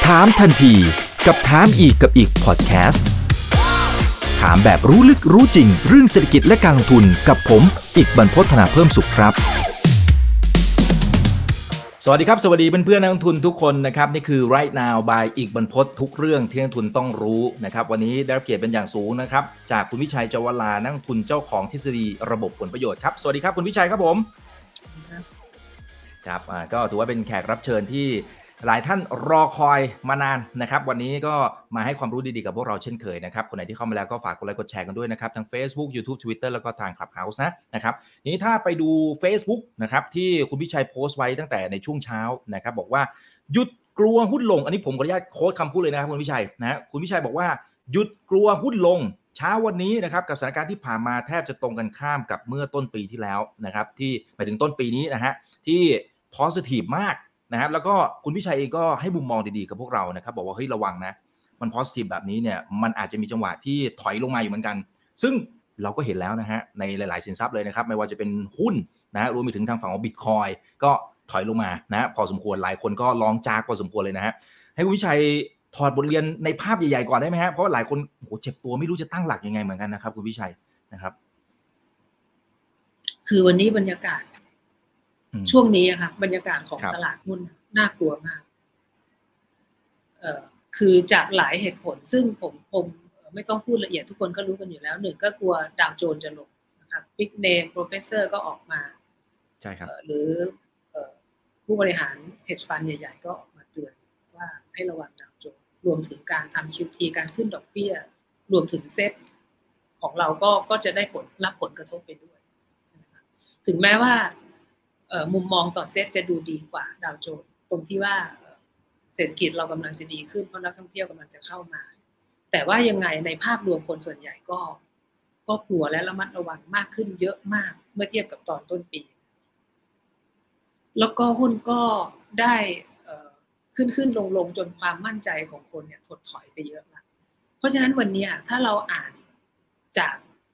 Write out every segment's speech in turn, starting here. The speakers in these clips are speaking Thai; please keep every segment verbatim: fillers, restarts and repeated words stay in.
ถามทันทีกับถามอีกกับอีกพอดแคสต์ถามแบบรู้ลึกรู้จริงเรื่องเศรษฐกิจและการลงทุนกับผมอีกบรรพต ธนาเพิ่มสุขครับสวัสดีครับสวัสดีเพื่อนๆนักลงทุนทุกคนนะครับนี่คือ Right Now by อีกบรรพตทุกเรื่องที่นักลงทุนต้องรู้นะครับวันนี้ได้รับเกียรติเป็นอย่างสูงนะครับจากคุณวิชัยเจาวลานักลงทุนเจ้าของทฤษฎีระบบผลประโยชน์ครับสวัสดีครับคุณวิชัยครับผมครับอ่าก็ถือว่าเป็นแขกรับเชิญที่หลายท่านรอคอยมานานนะครับวันนี้ก็มาให้ความรู้ดีๆกับพวกเราเช่นเคยนะครับคนไหนที่เข้ามาแล้วก็ฝากกดไลค์กดแชร์กันด้วยนะครับทั้ง Facebook YouTube Twitter แล้วก็ทาง Clubhouse นะนะครับทีนี้ถ้าไปดู Facebook นะครับที่คุณวิชัยโพสต์ไว้ตั้งแต่ในช่วงเช้านะครับบอกว่าหยุดกลัวหุ้นลงอันนี้ผมขออนุญาตโค้ดคำพูดเลยนะครับคุณวิชัยนะคุณวิชัยบอกว่าหยุดกลัวหุ้นลงเช้าวันนี้นะครับกับสถานการณ์ที่ผ่านมาแทบจะตรงกันข้ามกับเมื่อต้นปีที่แล้วนะครับที่หมายถึงต้นปีนี้นะฮะที่ positive มากนะครับแล้วก็คุณวิชัยเองก็ให้มุมมองดีๆกับพวกเรานะครับบอกว่าเฮ้ยระวังนะมัน positive แบบนี้เนี่ยมันอาจจะมีจังหวะที่ถอยลงมาอยู่เหมือนกันซึ่งเราก็เห็นแล้วนะฮะในหลายๆสินทรัพย์เลยนะครับไม่ว่าจะเป็นหุ้นนะรวมไปถึงทางฝั่งของ Bitcoin ก็ถอยลงมานะพอสมควรหลายคนก็ร้องจากพอสมควรเลยนะฮะให้คุณวิชัยถอดบทเรียนในภาพใหญ่ๆก่อนได้ไหมฮะเพราะหลายคนโหเจ็บตัวไม่รู้จะตั้งหลักยังไงเหมือนกันนะครับคุณวิชัยนะครับคือวันนี้บรรยากาศช่วงนี้อะค่ะบรรยากาศของตลาดหุ้นน่ากลัวมากเอ่อคือจากหลายเหตุผลซึ่งผมคงไม่ต้องพูดละเอียดทุกคนก็รู้กันอยู่แล้วหนึ่งก็กลัวดาวโจนส์จะลงนะครับบิ๊กเนมโปรเฟสเซอร์ก็ออกมาใช่ครับหรือผู้บริหาร hedge fund ใหญ่ๆก็ออกมาเตือนว่าให้ระวังดาวโจนส์รวมถึงการทำ คิว ที การขึ้นดอกเบี้ยรวมถึงเซ็ตของเราก็ก็จะได้ผลรับผลกระทบไปด้วยถึงแม้ว่ามุมมองต่อเซ็ตจะดูดีกว่าดาวโจนส์ตรงที่ว่าเศรษฐกิจเรากำลังจะดีขึ้นเพราะนักท่องเที่ยวกำลังจะเข้ามาแต่ว่ายังไงในภาพรวมคนส่วนใหญ่ก็ก็กลัวและระมัดระวังมากขึ้นเยอะมากเมื่อเทียบกับตอนต้นปีแล้วก็หุ้นก็ได้ขึ้นขึ้นลงลงจนความมั่นใจของคนเนี่ยถดถอยไปเยอะมากเพราะฉะนั้นวันนี้ถ้าเราอ่านจาก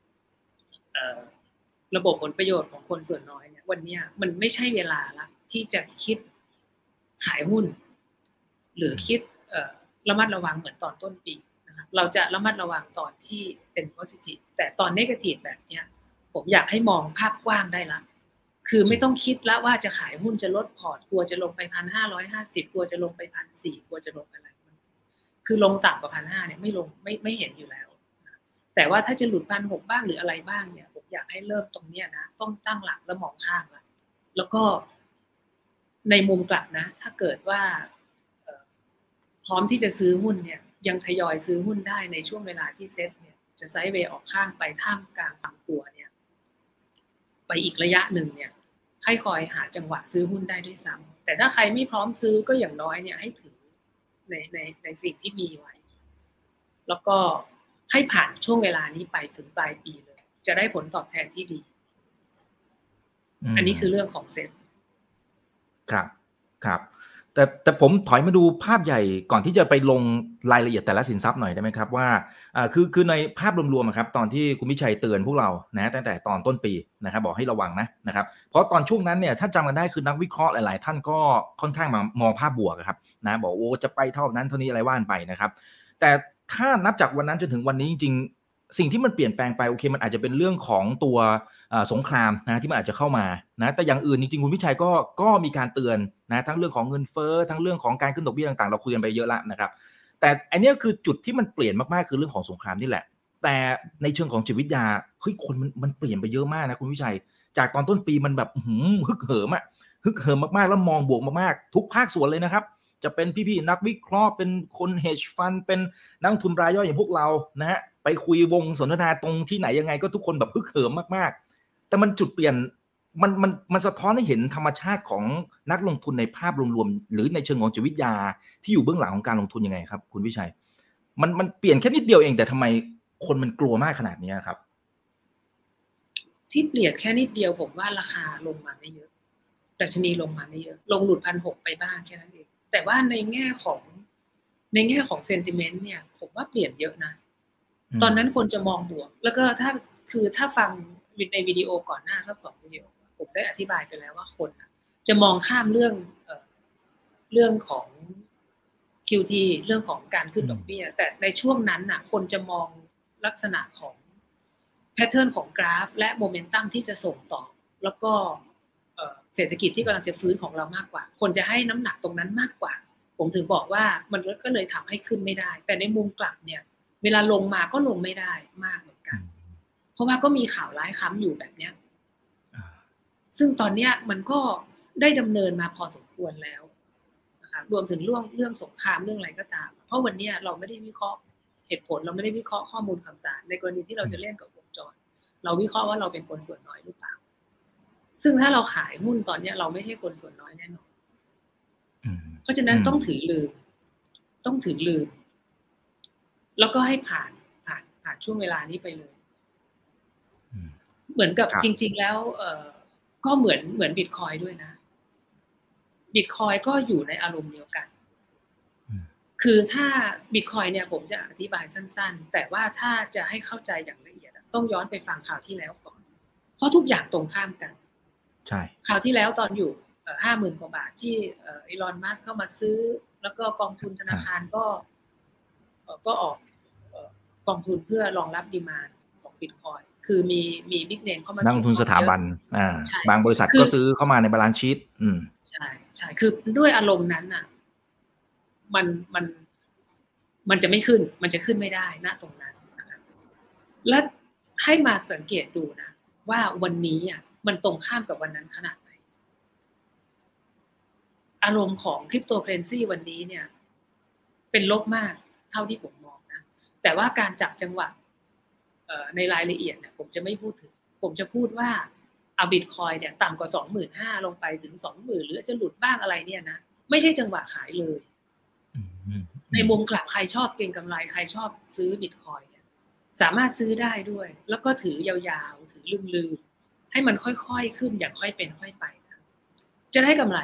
ระบบผลประโยชน์ของคนส่วนน้อยเนี่ยวันนี้มันไม่ใช่เวลาละที่จะคิดขายหุ้นหรือคิดระมัดระวังเหมือนตอนต้นปีนะคะเราจะระมัดระวังตอนที่เป็น positive แต่ตอน negative แบบนี้ผมอยากให้มองภาพกว้างได้ละคือไม่ต้องคิดแล้วว่าจะขายหุ้นจะลดพอร์ตกลัวจะลงไป หนึ่งพันห้าร้อยห้าสิบ กลัวจะลงไป หนึ่งพันสี่ร้อย กลัวจะลงอะไรคือลงต่ำกว่า หนึ่งพันห้าร้อย เนี่ยไม่ลงไม่ไม่เห็นอยู่แล้วแต่ว่าถ้าจะหลุด หนึ่งพันหกร้อย บ้างหรืออะไรบ้างเนี่ยผมอยากให้เริ่มตรงนี้นะต้องตั้งหลักแล้วมองข้างละแล้วก็ในมุมกลับนะถ้าเกิดว่าพร้อมที่จะซื้อหุ้นเนี่ยยังทยอยซื้อหุ้นได้ในช่วงเวลาที่เซ็ตเนี่ยจะไซด์เวย์ออกข้างไปท่ามกลางความกลัวเนี่ยไปอีกระยะหนึ่งเนี่ยให้คอยหาจังหวะซื้อหุ้นได้ด้วยซ้ำแต่ถ้าใครไม่พร้อมซื้อก็อย่างน้อยเนี่ยให้ถือในในในสิ่งที่มีไว้แล้วก็ให้ผ่านช่วงเวลานี้ไปถึงปลายปีเลยจะได้ผลตอบแทนที่ดี อ, อันนี้คือเรื่องของเซ็ตครับครับแต่แต่ผมถอยมาดูภาพใหญ่ก่อนที่จะไปลงรายละเอียดแต่ละสินทรัพย์หน่อยได้ไหมครับว่าอ่าคือคือในภาพรวมๆครับตอนที่คุณวิชัยเตือนพวกเรานะตั้งแต่ตอนต้นปีนะครับบอกให้ระวังนะนะครับเพราะตอนช่วงนั้นเนี่ยถ้าจำกันได้คือนักวิเคราะห์หลายๆท่านก็ค่อนข้างมามองภาพบวกครับนะบอกโอ้จะไปเท่านั้นเท่านี้อะไรว่านไปนะครับแต่ถ้านับจากวันนั้นจนถึงวันนี้จริงๆสิ่งที่มันเปลี่ยนแปลงไปโอเคมันอาจจะเป็นเรื่องของตัวสงครามนะที่มันอาจจะเข้ามานะแต่อย่างอื่นจริงๆคุณวิชัยก็ก็มีการเตือนนะทั้งเรื่องของเงินเฟ้อทั้งเรื่องของการขึ้นดอกเบี้ยต่างๆเราคุยกันไปเยอะแล้วนะครับแต่อันนี้คือจุดที่มันเปลี่ยนมากๆคือเรื่องของสงครามนี่แหละแต่ในเชิงของจิตวิทยาเฮ้ยคนมันมันเปลี่ยนไปเยอะมากนะคุณวิชัยจากตอนต้นปีมันแบบฮึกเหิมอ่ะฮึกเหิมมากๆแล้วมองบวกมากๆทุกภาคส่วนเลยนะครับจะเป็นพี่ๆนักวิเคราะห์เป็นคน hedge fund เป็นนักลงทุนรายย่อยอย่างพวกเรานะฮะไปคุยวงสนทนาตรงที่ไหนยังไงก็ทุกคนแบบฮึกเหิมมากๆแต่มันจุดเปลี่ยนมันมันมันสะท้อนให้เห็นธรรมชาติของนักลงทุนในภาพรวมๆหรือในเชิงของจิตวิทยาที่อยู่เบื้องหลังของการลงทุนยังไงครับคุณวิชัยมันมันเปลี่ยนแค่นิดเดียวเองแต่ทำไมคนมันกลัวมากขนาดนี้ครับที่เปลี่ยนแค่นิดเดียวผมว่าราคาลงมาไม่เยอะดัชนีลงมาไม่เยอะลงหลุด หนึ่งพันหกร้อย ไปบ้างแค่นั้นเองแต่ว่าในแง่ของในแง่ของเซนติเมนต์เนี่ยผมว่าเปลี่ยนเยอะนะตอนนั้นคนจะมองบวกแล้วก็ถ้าคือถ้าฟังในวิดีโอก่อนหน้าสักสองวิดีโอผมได้อธิบายไปแล้วว่าคนจะมองข้ามเรื่องเอ่อเรื่องของ คิวคิว ที เรื่องของการขึ้นดอกเบี้ยแต่ในช่วงนั้นน่ะคนจะมองลักษณะของแพทเทิร์นของกราฟและโมเมนตัมที่จะส่งต่อแล้วก็เศรษฐกิจที่กำลังจะฟื้นของเรามากกว่าคนจะให้น้ำหนักตรงนั้นมากกว่าผมถึงบอกว่ามันก็เลยทำให้ขึ้นไม่ได้แต่ในมุมกลับเนี่ยเวลาลงมาก็ลงไม่ได้มากเหมือนกันเพราะว่าก็มีข่าวร้ายค้ำอยู่แบบเนี้ยซึ่งตอนเนี้ยมันก็ได้ดำเนินมาพอสมควรแล้วนะคะรวมถึงเรื่องเรื่องสงครามเรื่องอะไรก็ตามเพราะวันนี้เราไม่ได้วิเคราะห์เหตุผลเราไม่ได้วิเคราะห์ข้อมูลข่าวสารในกรณีที่เราจะเล่นกับวงจรเราวิเคราะห์ว่าเราเป็นคนส่วนน้อยหรือเปล่าซึ่งถ้าเราขายหุ้นตอนนี้เราไม่ใช่คนส่วนน้อยแน่นอนเพราะฉะนั้นต้องถือลืมต้องถือลืมแล้วก็ให้ผ่านผ่านผ่านช่วงเวลานี้ไปเลยเหมือนกับจริงๆแล้วเอ่อก็เหมือนเหมือนบิตคอยด้วยนะบิตคอยก็อยู่ในอารมณ์เดียวกันคือถ้าบิตคอยเนี่ยผมจะอธิบายสั้นๆแต่ว่าถ้าจะให้เข้าใจอย่างละเอียดต้องย้อนไปฟังข่าวที่แล้วก่อนเพราะทุกอย่างตรงข้ามกันใช่ข่าวที่แล้วตอนอยู่ห้าหมื่นกว่าบาทที่อีลอนมัสก์เข้ามาซื้อแล้วก็กองทุนธนาคารก็ก็ออกกองทุนเพื่อรองรับดีมานด์ของบิตคอยคือมีมีบิ๊กเนมเข้ามานักลงทุนสถาบันอ่าบางบริษัทก็ซื้อเข้ามาในบาลานซ์ชีทอืมใช่ใช่คือด้วยอารมณ์นั้นน่ะมันมันมันจะไม่ขึ้นมันจะขึ้นไม่ได้ณตรงนั้นนะคะและให้มาสังเกตดูนะว่าวันนี้อ่ะมันตรงข้ามกับวันนั้นขนาดไหนอารมณ์ของคริปโตเคอเรนซีวันนี้เนี่ยเป็นลบมากเท่าที่ผมมองนะแต่ว่าการจับจังหวะในรายละเอียดเนี่ยผมจะไม่พูดถึงผมจะพูดว่าเอาบิตคอยเนี่ยต่ำกว่า สองหมื่นห้าพัน ลงไปถึง สองหมื่น หรือจะหลุดบ้างอะไรเนี่ยนะไม่ใช่จังหวะขายเลยในมุมกลับใครชอบเก็งกำไรใครชอบซื้อบิตคอยเนี่ยสามารถซื้อได้ด้วยแล้วก็ถือยาวๆถือลืมๆให้มันค่อยๆขึ้นอย่างค่อยเป็นค่อยไปนะจะได้กำไร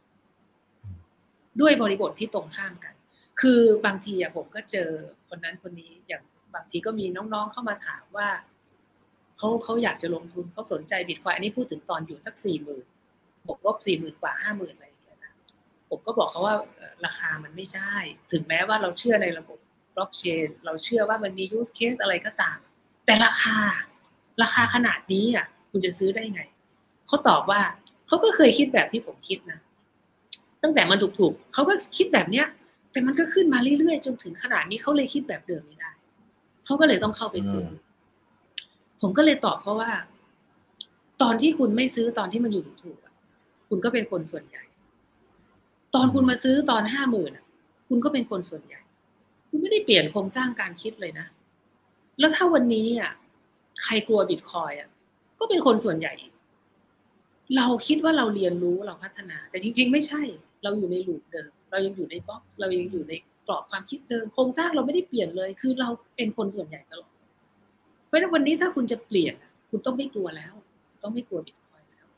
ด้วยบริบทที่ตรงข้ามกันคือบางทีอะผมก็เจอคนนั้นคนนี้อย่างบางทีก็มีน้องๆเข้ามาถามว่าเขาเขาอยากจะลงทุนเขาสนใจบิตคอยอันนี้พูดถึงตอนอยู่สักสี่หมื่นบวกลบสี่หมื่นกว่าห้าหมื่นอะไรอย่างเงี้ยนะผมก็บอกเขาว่าราคามันไม่ใช่ถึงแม้ว่าเราเชื่อในระบบบล็อกเชนเราเชื่อว่ามันมียูสเคสอะไรก็ตามแต่ราคาราคาขนาดนี้อ่ะคุณจะซื้อได้ไงเขาตอบว่าเขาก็เคยคิดแบบที่ผมคิดนะตั้งแต่มันถูกๆเขาก็คิดแบบเนี้ยแต่มันก็ขึ้นมาเรื่อยๆจนถึงขนาดนี้เขาเลยคิดแบบเดิมไม่ได้เขาก็เลยต้องเข้าไปซื้อผมก็เลยตอบเขาว่าตอนที่คุณไม่ซื้อตอนที่มันอยู่ถูกๆคุณก็เป็นคนส่วนใหญ่ตอนคุณมาซื้อตอนห้าหมื่นคุณก็เป็นคนส่วนใหญ่คุณไม่ได้เปลี่ยนโครงสร้างการคิดเลยนะแล้วถ้าวันนี้อ่ะใครกลัวบิตคอยอ่ะก็เป็นคนส่วนใหญ่เราคิดว่าเราเรียนรู้เราพัฒนาแต่จริงๆไม่ใช่เราอยู่ในลูปเดิมเรายังอยู่ในบ็อกซ์เรายังอยู่ในกรอบความคิดเดิมโครงสร้างเราไม่ได้เปลี่ยนเลยคือเราเป็นคนส่วนใหญ่ตลอดเพราะฉะนั้นวันนี้ถ้าคุณจะเปลี่ยนคุณต้องไม่กลัวแล้วต้องไม่กลัวบิตคอยแล้ว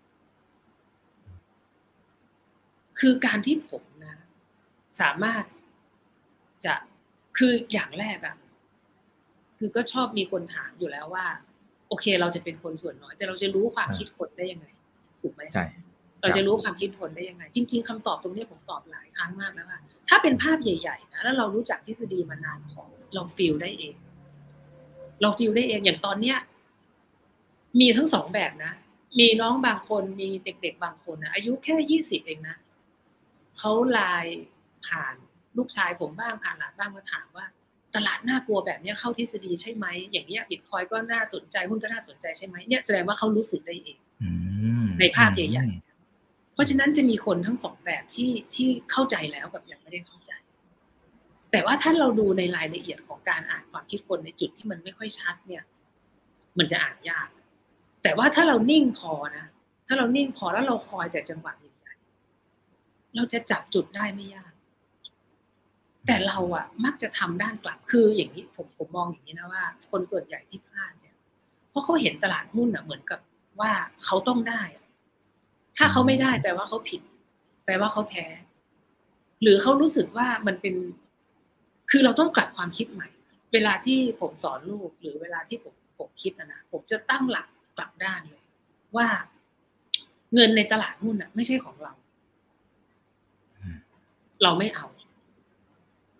คือการที่ผมนะสามารถจะคืออย่างแรกอ่ะคือก็ชอบมีคนถามอยู่แล้วว่าโอเคเราจะเป็นคนส่วนน้อยแต่เราจะรู้ความคิดคนได้ยังไงถูกไหมใช่เราจะรู้ความคิดคนได้ยังไงจริงๆคำตอบตรงนี้ผมตอบหลายครั้งมากแล้วว่าถ้าเป็นภาพใหญ่ๆนะแล้วเรารู้จักทฤษฎีมานานพอเราฟีลได้เองเราฟีลได้เองอย่างตอนเนี้ยมีทั้งสองแบบนะมีน้องบางคนมีเด็กๆบางคนนะอายุแค่ยี่สิบเองนะเขาไลน์ผ่านลูกชายผมบ้างผ่านหลานบ้างมาถามว่าตลาดน่ากลัวแบบนี้เข้าทฤษฎีใช่ไหมอย่างนี้บิตคอยก็น่าสนใจหุ้นก็น่าสนใจใช่ไหมเนี่ยแสดงว่าเขารู้สึกได้เองในภาพใหญ่ๆเพราะฉะนั้นจะมีคนทั้งสองแบบที่ที่เข้าใจแล้วกับยังไม่ได้เข้าใจแต่ว่าถ้าเราดูในรายละเอียดของการอ่านความคิดคนในจุดที่มันไม่ค่อยชัดเนี่ยมันจะอ่านยากแต่ว่าถ้าเรานิ่งพอนะถ้าเรานิ่งพอแล้วเราคอยแต่จังหวะใหญ่ๆเราจะจับจุดได้ไม่ยากแต่เราอะมักจะทำด้านกลับคืออย่างนี้ผมผมมองอย่างนี้นะว่าคนส่วนใหญ่ที่พลาดเนี่ยเพราะเขาเห็นตลาดหุ้นอะเหมือนกับว่าเขาต้องได้ถ้าเขาไม่ได้แปลว่าเขาผิดแปลว่าเขาแพ้หรือเขารู้สึกว่ามันเป็นคือเราต้องกลับความคิดใหม่เวลาที่ผมสอนลูกหรือเวลาที่ผมผมคิดนะนะผมจะตั้งหลักกลับด้านเลยว่าเงินในตลาดหุ้นอะไม่ใช่ของเราเราไม่เอา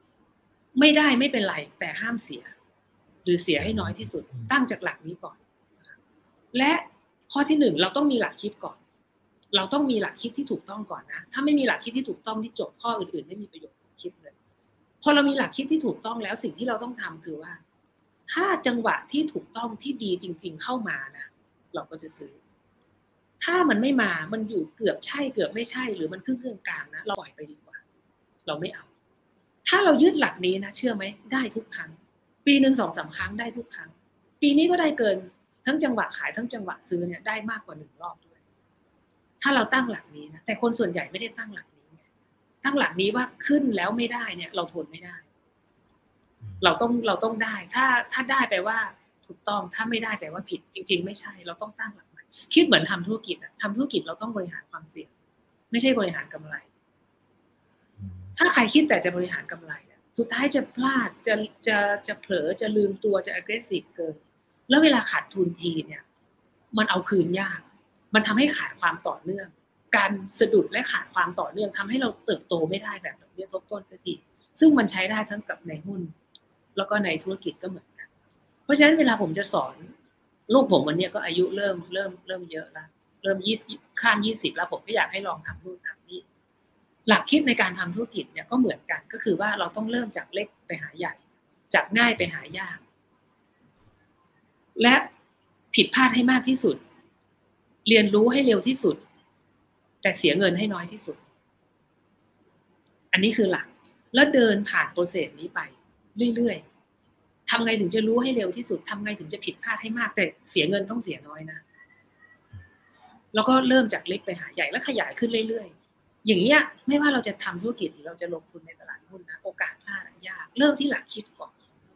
ไม่ได้ไม่เป็นไรแต่ห้ามเสียหรือเสียให้น้อยที่สุดตั้งจากหลักนี้ก่อนและข้อที่หนึ่งเราต้องมีหลักคิดก่อนเราต้องมีหลักคิดที่ถูกต้องก่อนนะถ้าไม่มีหลักคิดที่ถูกต้องที่จบข้ออื่นๆไม่มีประโยชน์คิดเลยพอเรามีหลักคิดที่ถูกต้องแล้วสิ่งที่เราต้องทำคือว่าถ้าจังหวะที่ถูกต้องที่ดีจริงๆเข้ามานะเราก็จะซื้อถ้ามันไม่มามันอยู่เกือบใช่เกือบไม่ใช่หรือมันครึ่งกลางๆนะเราปล่อยไปดีกว่าเราไม่เอาถ้าเรายึดหลักนี้นะเชื่อไหมได้ทุกครั้งปีหนึ่งสองสามครั้งได้ทุกครั้งปีนี้ก็ได้เกินทั้งจังหวะขายทั้งจังหวะซื้อเนี่ยได้มากกว่าหนึ่งรอบด้วยถ้าเราตั้งหลักนี้นะแต่คนส่วนใหญ่ไม่ได้ตั้งหลักนี้ตั้งหลักนี้ว่าขึ้นแล้วไม่ได้เนี่ยเราทนไม่ได้เราต้องเราต้องได้ถ้าถ้าได้แปลว่าถูกต้องถ้าไม่ได้แปลว่าผิดจริงๆไม่ใช่เราต้องตั้งหลักใหม่คิดเหมือนทำธุรกิจอะทำธุรกิจเราต้องบริหารความเสี่ยงไม่ใช่บริหารกำไรถ้าใครคิดแต่จะบริหารกำไรสุดท้ายจะพลาดจะจะจะเผลอจะลืมตัวจะ aggressive เกินแล้วเวลาขาดทุนทีเนี่ยมันเอาคืนยากมันทำให้ขาดความต่อเนื่องการสะดุดและขาดความต่อเนื่องทำให้เราเติบโตไม่ได้แบบดอกเบี้ยทบต้นสักทีซึ่งมันใช้ได้ทั้งกับในหุ้นแล้วก็ในธุรกิจก็เหมือนกันเพราะฉะนั้นเวลาผมจะสอนลูกผมวันนี้ก็อายุเริ่มเริ่มเริ่มเยอะแล้วเริ่มยี่สิบข้ามยี่สิบแล้วผมก็อยากให้ลองทำนู่นทำนี่หลักคิดในการทำธุรกิจเนี่ยก็เหมือนกันก็คือว่าเราต้องเริ่มจากเล็กไปหาใหญ่จากง่ายไปหายากและผิดพลาดให้มากที่สุดเรียนรู้ให้เร็วที่สุดแต่เสียเงินให้น้อยที่สุดอันนี้คือหลักแล้วเดินผ่านโปรเซสนี้ไปเรื่อยๆทำไงถึงจะรู้ให้เร็วที่สุดทำไงถึงจะผิดพลาดให้มากแต่เสียเงินต้องเสียน้อยนะแล้วก็เริ่มจากเล็กไปหาใหญ่แล้วขยายขึ้นเรื่อยๆอย่างเงี้ยไม่ว่าเราจะทำธุรกิจหรือเราจะลงทุนในตลาดหุ้นนะโอกาสพลาดยากเริ่มที่หลักคิดก่อน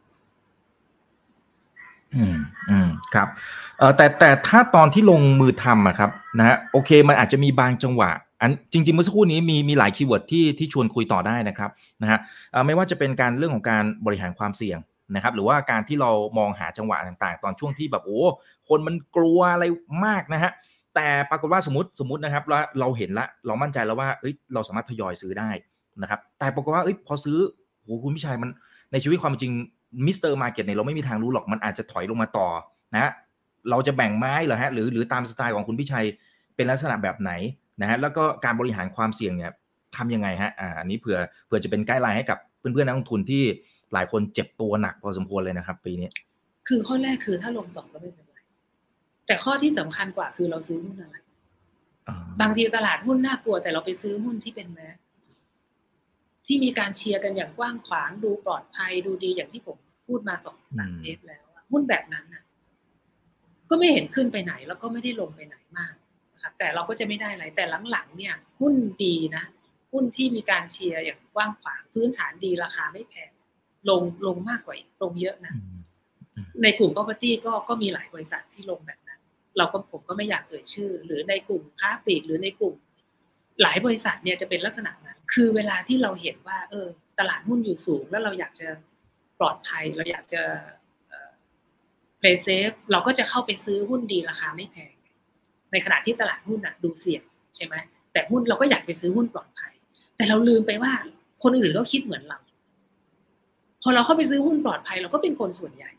อืมอืมครับเอ่อแต่แต่ถ้าตอนที่ลงมือทำอะครับนะฮะโอเคมันอาจจะมีบางจังหวะอันจริงๆเมื่อสักครู่นี้มีมีหลายคีย์เวิร์ดที่ที่ชวนคุยต่อได้นะครับนะฮะเอ่อไม่ว่าจะเป็นการเรื่องของการบริหารความเสี่ยงนะครับหรือว่าการที่เรามองหาจังหวะต่างๆตอนช่วงที่แบบโอ้คนมันกลัวอะไรมากนะฮะแต่ปรากฏว่าสมมติสมมตินะครับว่าเราเห็นแล้วเรามั่นใจแล้วว่าเอ้ยเราสามารถทยอยซื้อได้นะครับแต่ปรากฏว่าเอ้ยพอซื้อโหคุณพี่ชัยมันในชีวิตความจริงมิสเตอร์มาร์เก็ตเนี่ยเราไม่มีทางรู้หรอกมันอาจจะถอยลงมาต่อนะเราจะแบ่งไม้เหรอฮะหรือหรือตามสไตล์ของคุณพี่ชัยเป็นลักษณะแบบไหนนะฮะแล้วก็การบริหารความเสี่ยงเนี่ยทำยังไงฮะอ่าอันนี้เผื่อเผื่อจะเป็นไกด์ไลน์ให้กับเพื่อนๆนักลงทุนที่หลายคนเจ็บตัวหนักพอสมควรเลยนะครับปีนี้คือข้อแรกคือถ้าลงต่อก็ไม่เป็นไรแต่ข้อที่สำคัญกว่าคือเราซื้อหุ้นอะไรบางทีตลาดหุ้นน่ากลัวแต่เราไปซื้อหุ้นที่เป็นแมสที่มีการเชียร์กันอย่างกว้างขวางดูปลอดภัยดูดีอย่างที่ผมพูดมาสองสามเทปแล้วหุ้นแบบนั้นน่ะก็ไม่เห็นขึ้นไปไหนแล้วก็ไม่ได้ลงไปไหนมากนะครับแต่เราก็จะไม่ได้อะไรแต่หลังๆเนี่ยหุ้นดีนะหุ้นที่มีการเชียร์อย่างกว้างขวางพื้นฐานดีราคาไม่แพงลงลงมากกว่าอีกลงเยอะนะในกลุ่ม property ก็ก็มีหลายบริษัทที่ลงแบบนั้นเราก็ผมก็ไม่อยากเอ่ยชื่อหรือในกลุ่มค้าปลีกหรือในกลุ่มหลายบริษัทเนี่ยจะเป็นลักษณะนั้นคือเวลาที่เราเห็นว่าเออตลาดหุ้นอยู่สูงแล้วเราอยากจะปลอดภัยเราอยากจะplay safe เราก็จะเข้าไปซื้อหุ้นดีราคาไม่แพงในขณะที่ตลาดหุ้นน่ะดูเสี่ยงใช่ไหมแต่หุ้นเราก็อยากไปซื้อหุ้นปลอดภัยแต่เราลืมไปว่าคนอื่นก็คิดเหมือนเราพอเราเข้าไปซื้อหุ้นปลอดภัยเราก็เป็นคนส่วนใหญ่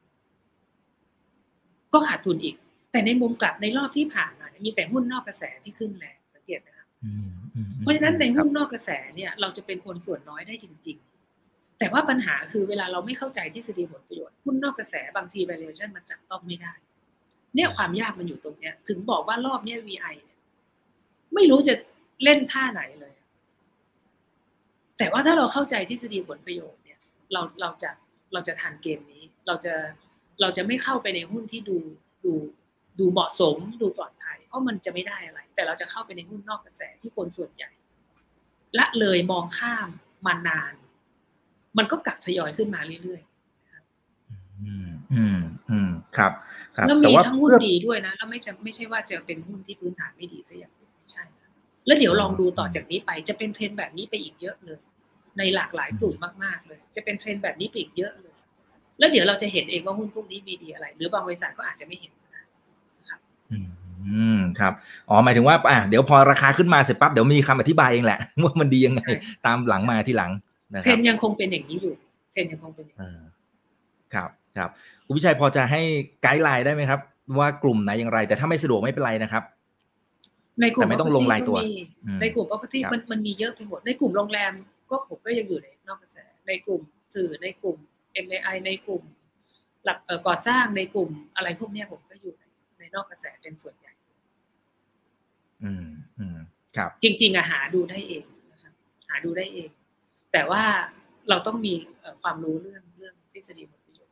ก็ขาดทุนอีกแต่ในมุมกลับในรอบที่ผ่านมามีแต่หุ้นนอกกระแสที่ขึ้นแรงสังเกตนะครับเพราะฉะนั้นในหุ้นนอกกระแสเนี่ยเราจะเป็นคนส่วนน้อยได้จริงๆแต่ว่าปัญหาคือเวลาเราไม่เข้าใจทฤษฎีผลประโยชน์หุ้นนอกกระแสบางที valuation มันจับต้องไม่ได้เนี่ยความยากมันอยู่ตรงเนี้ยถึงบอกว่ารอบเนี้ย วี ไอ เนี่ยไม่รู้จะเล่นท่าไหนเลยแต่ว่าถ้าเราเข้าใจทฤษฎีผลประโยชน์เนี่ยเราเราจะเราจะทันเกมนี้เราจะเราจะไม่เข้าไปในหุ้นที่ดูดูดูเหมาะสมดูปลอดภัยเพราะมันจะไม่ได้อะไรแต่เราจะเข้าไปในหุ้นนอกกระแสที่คนส่วนใหญ่ละเลยมองข้ามมานานมันก็กลับทยอยขึ้นมาเรื่อยๆอืมอืมอืมครับครับแล้วมีทั้งหุ้นดีด้วยนะแล้วไม่จะไม่ใช่ว่าจะเป็นหุ้นที่พื้นฐานไม่ดีซะอย่างไม่ใช่แล้วเดี๋ยวลองดูต่อจากนี้ไปจะเป็นเทรนด์แบบนี้ไปอีกเยอะเลยในหลากหลายกลุ่มมากๆเลยจะเป็นเทรนด์แบบนี้ไปอีกเยอะเลยแล้วเดี๋ยวเราจะเห็นเองว่าหุ้นพวกนี้มีดีอะไรหรือบางบริษัทก็อาจจะไม่เห็นนะครับอืมครับอ๋อหมายถึงว่าอ่ะเดี๋ยวพอราคาขึ้นมาเสร็จปั๊บเดี๋ยวมีคำอธิบายเองแหละว่ามันดียังไงตามหลังมาที่หลังเทรนด์ยังคงเป็นอย่างนี้อยู่เทรนด์ยังคงเป็นอย่างนี้ครับครับคุณวิชัยพอจะให้ไกด์ไลน์ได้ไหมครับว่ากลุ่มไหนอย่างไรแต่ถ้าไม่สะดวกไม่เป็นไรนะครับในกลุ่มไม่ต้องลง property รายตัวก็มีในกลุ่ม property มันมันมีเยอะไปหมดในกลุ่มโรงแรมก็ผมก็ยังอยู่ในนอกกระแสในกลุ่มสื่อในกลุ่ม เอ็ม เอ ไอ ในกลุ่มหลักก่อสร้างในกลุ่มอะไรพวกนี้ผมก็อยู่ในในนอกกระแสเป็นส่วนใหญ่อืมอืมครับจริงๆอะหาดูได้เองนะครับหาดูได้เองแต่ว่าเราต้องมีความรู้เรื่องเรื่องทฤษฎีผลประโยชน์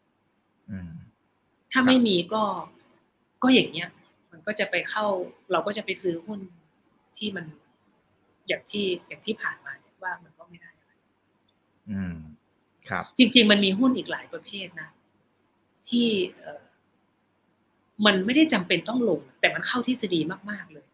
ถ้าไม่มีก็ก็อย่างเงี้ยมันก็จะไปเข้าเราก็จะไปซื้อหุ้นที่มันอย่างที่อย่างที่ผ่านมาเนี่ยว่ามันก็ไม่ได้อะไรอืมครับจริงๆมันมีหุ้นอีกหลายประเภทนะที่เอ่อมันไม่ได้จำเป็นต้องลงแต่มันเข้าทฤษฎีมากๆเลย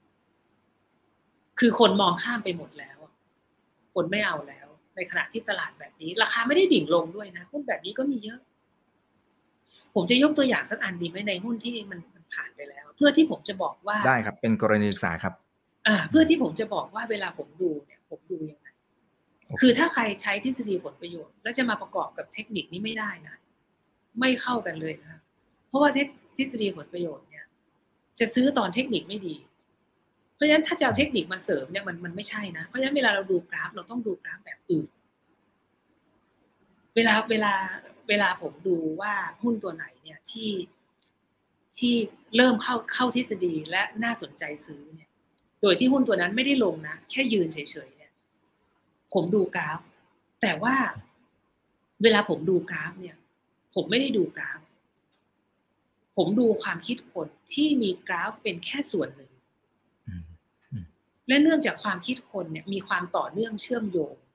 คือคนมองข้ามไปหมดแล้วคนไม่เอาแล้วในขณะที่ตลาดแบบนี้ราคาไม่ได้ดิ่งลงด้วยนะหุ้นแบบนี้ก็มีเยอะผมจะยกตัวอย่างสักอันดีไหมในหุ้นที่มันมันผ่านไปแล้วเพื่อที่ผมจะบอกว่าได้ครับเป็นกรณีศึกษาครับอ่าเพื่อที่ผมจะบอกว่าเวลาผมดูเนี่ยผมดูยังไง okay. คือถ้าใครใช้ทฤษฎีผลประโยชน์แล้วจะมาประกอบกับเทคนิคนี้ไม่ได้นะไม่เข้ากันเลยนะเพราะว่าทฤษฎีผลประโยชน์เนี่ยจะซื้อตอนเทคนิคไม่ดีเพราะฉะนั้นถ้าจะเอาเทคนิคมาเสริมเนี่ยมันมันไม่ใช่นะเพราะฉะนั้นเวลาเราดูกราฟเราต้องดูกราฟแบบอื่นเวลาเวลาเวลาผมดูว่าหุ้นตัวไหนเนี่ยที่ที่เริ่มเข้าเข้าทฤษฎีและน่าสนใจซื้อเนี่ยโดยที่หุ้นตัวนั้นไม่ได้ลงนะแค่ยืนเฉยๆเนี่ยผมดูกราฟแต่ว่าเวลาผมดูกราฟเนี่ยผมไม่ได้ดูกราฟผมดูความคิดคนที่มีกราฟเป็นแค่ส่วนหนึ่งและเนื่องจากความคิดคนเนี่ยมีความต่อเนื่องเชื่อมโยง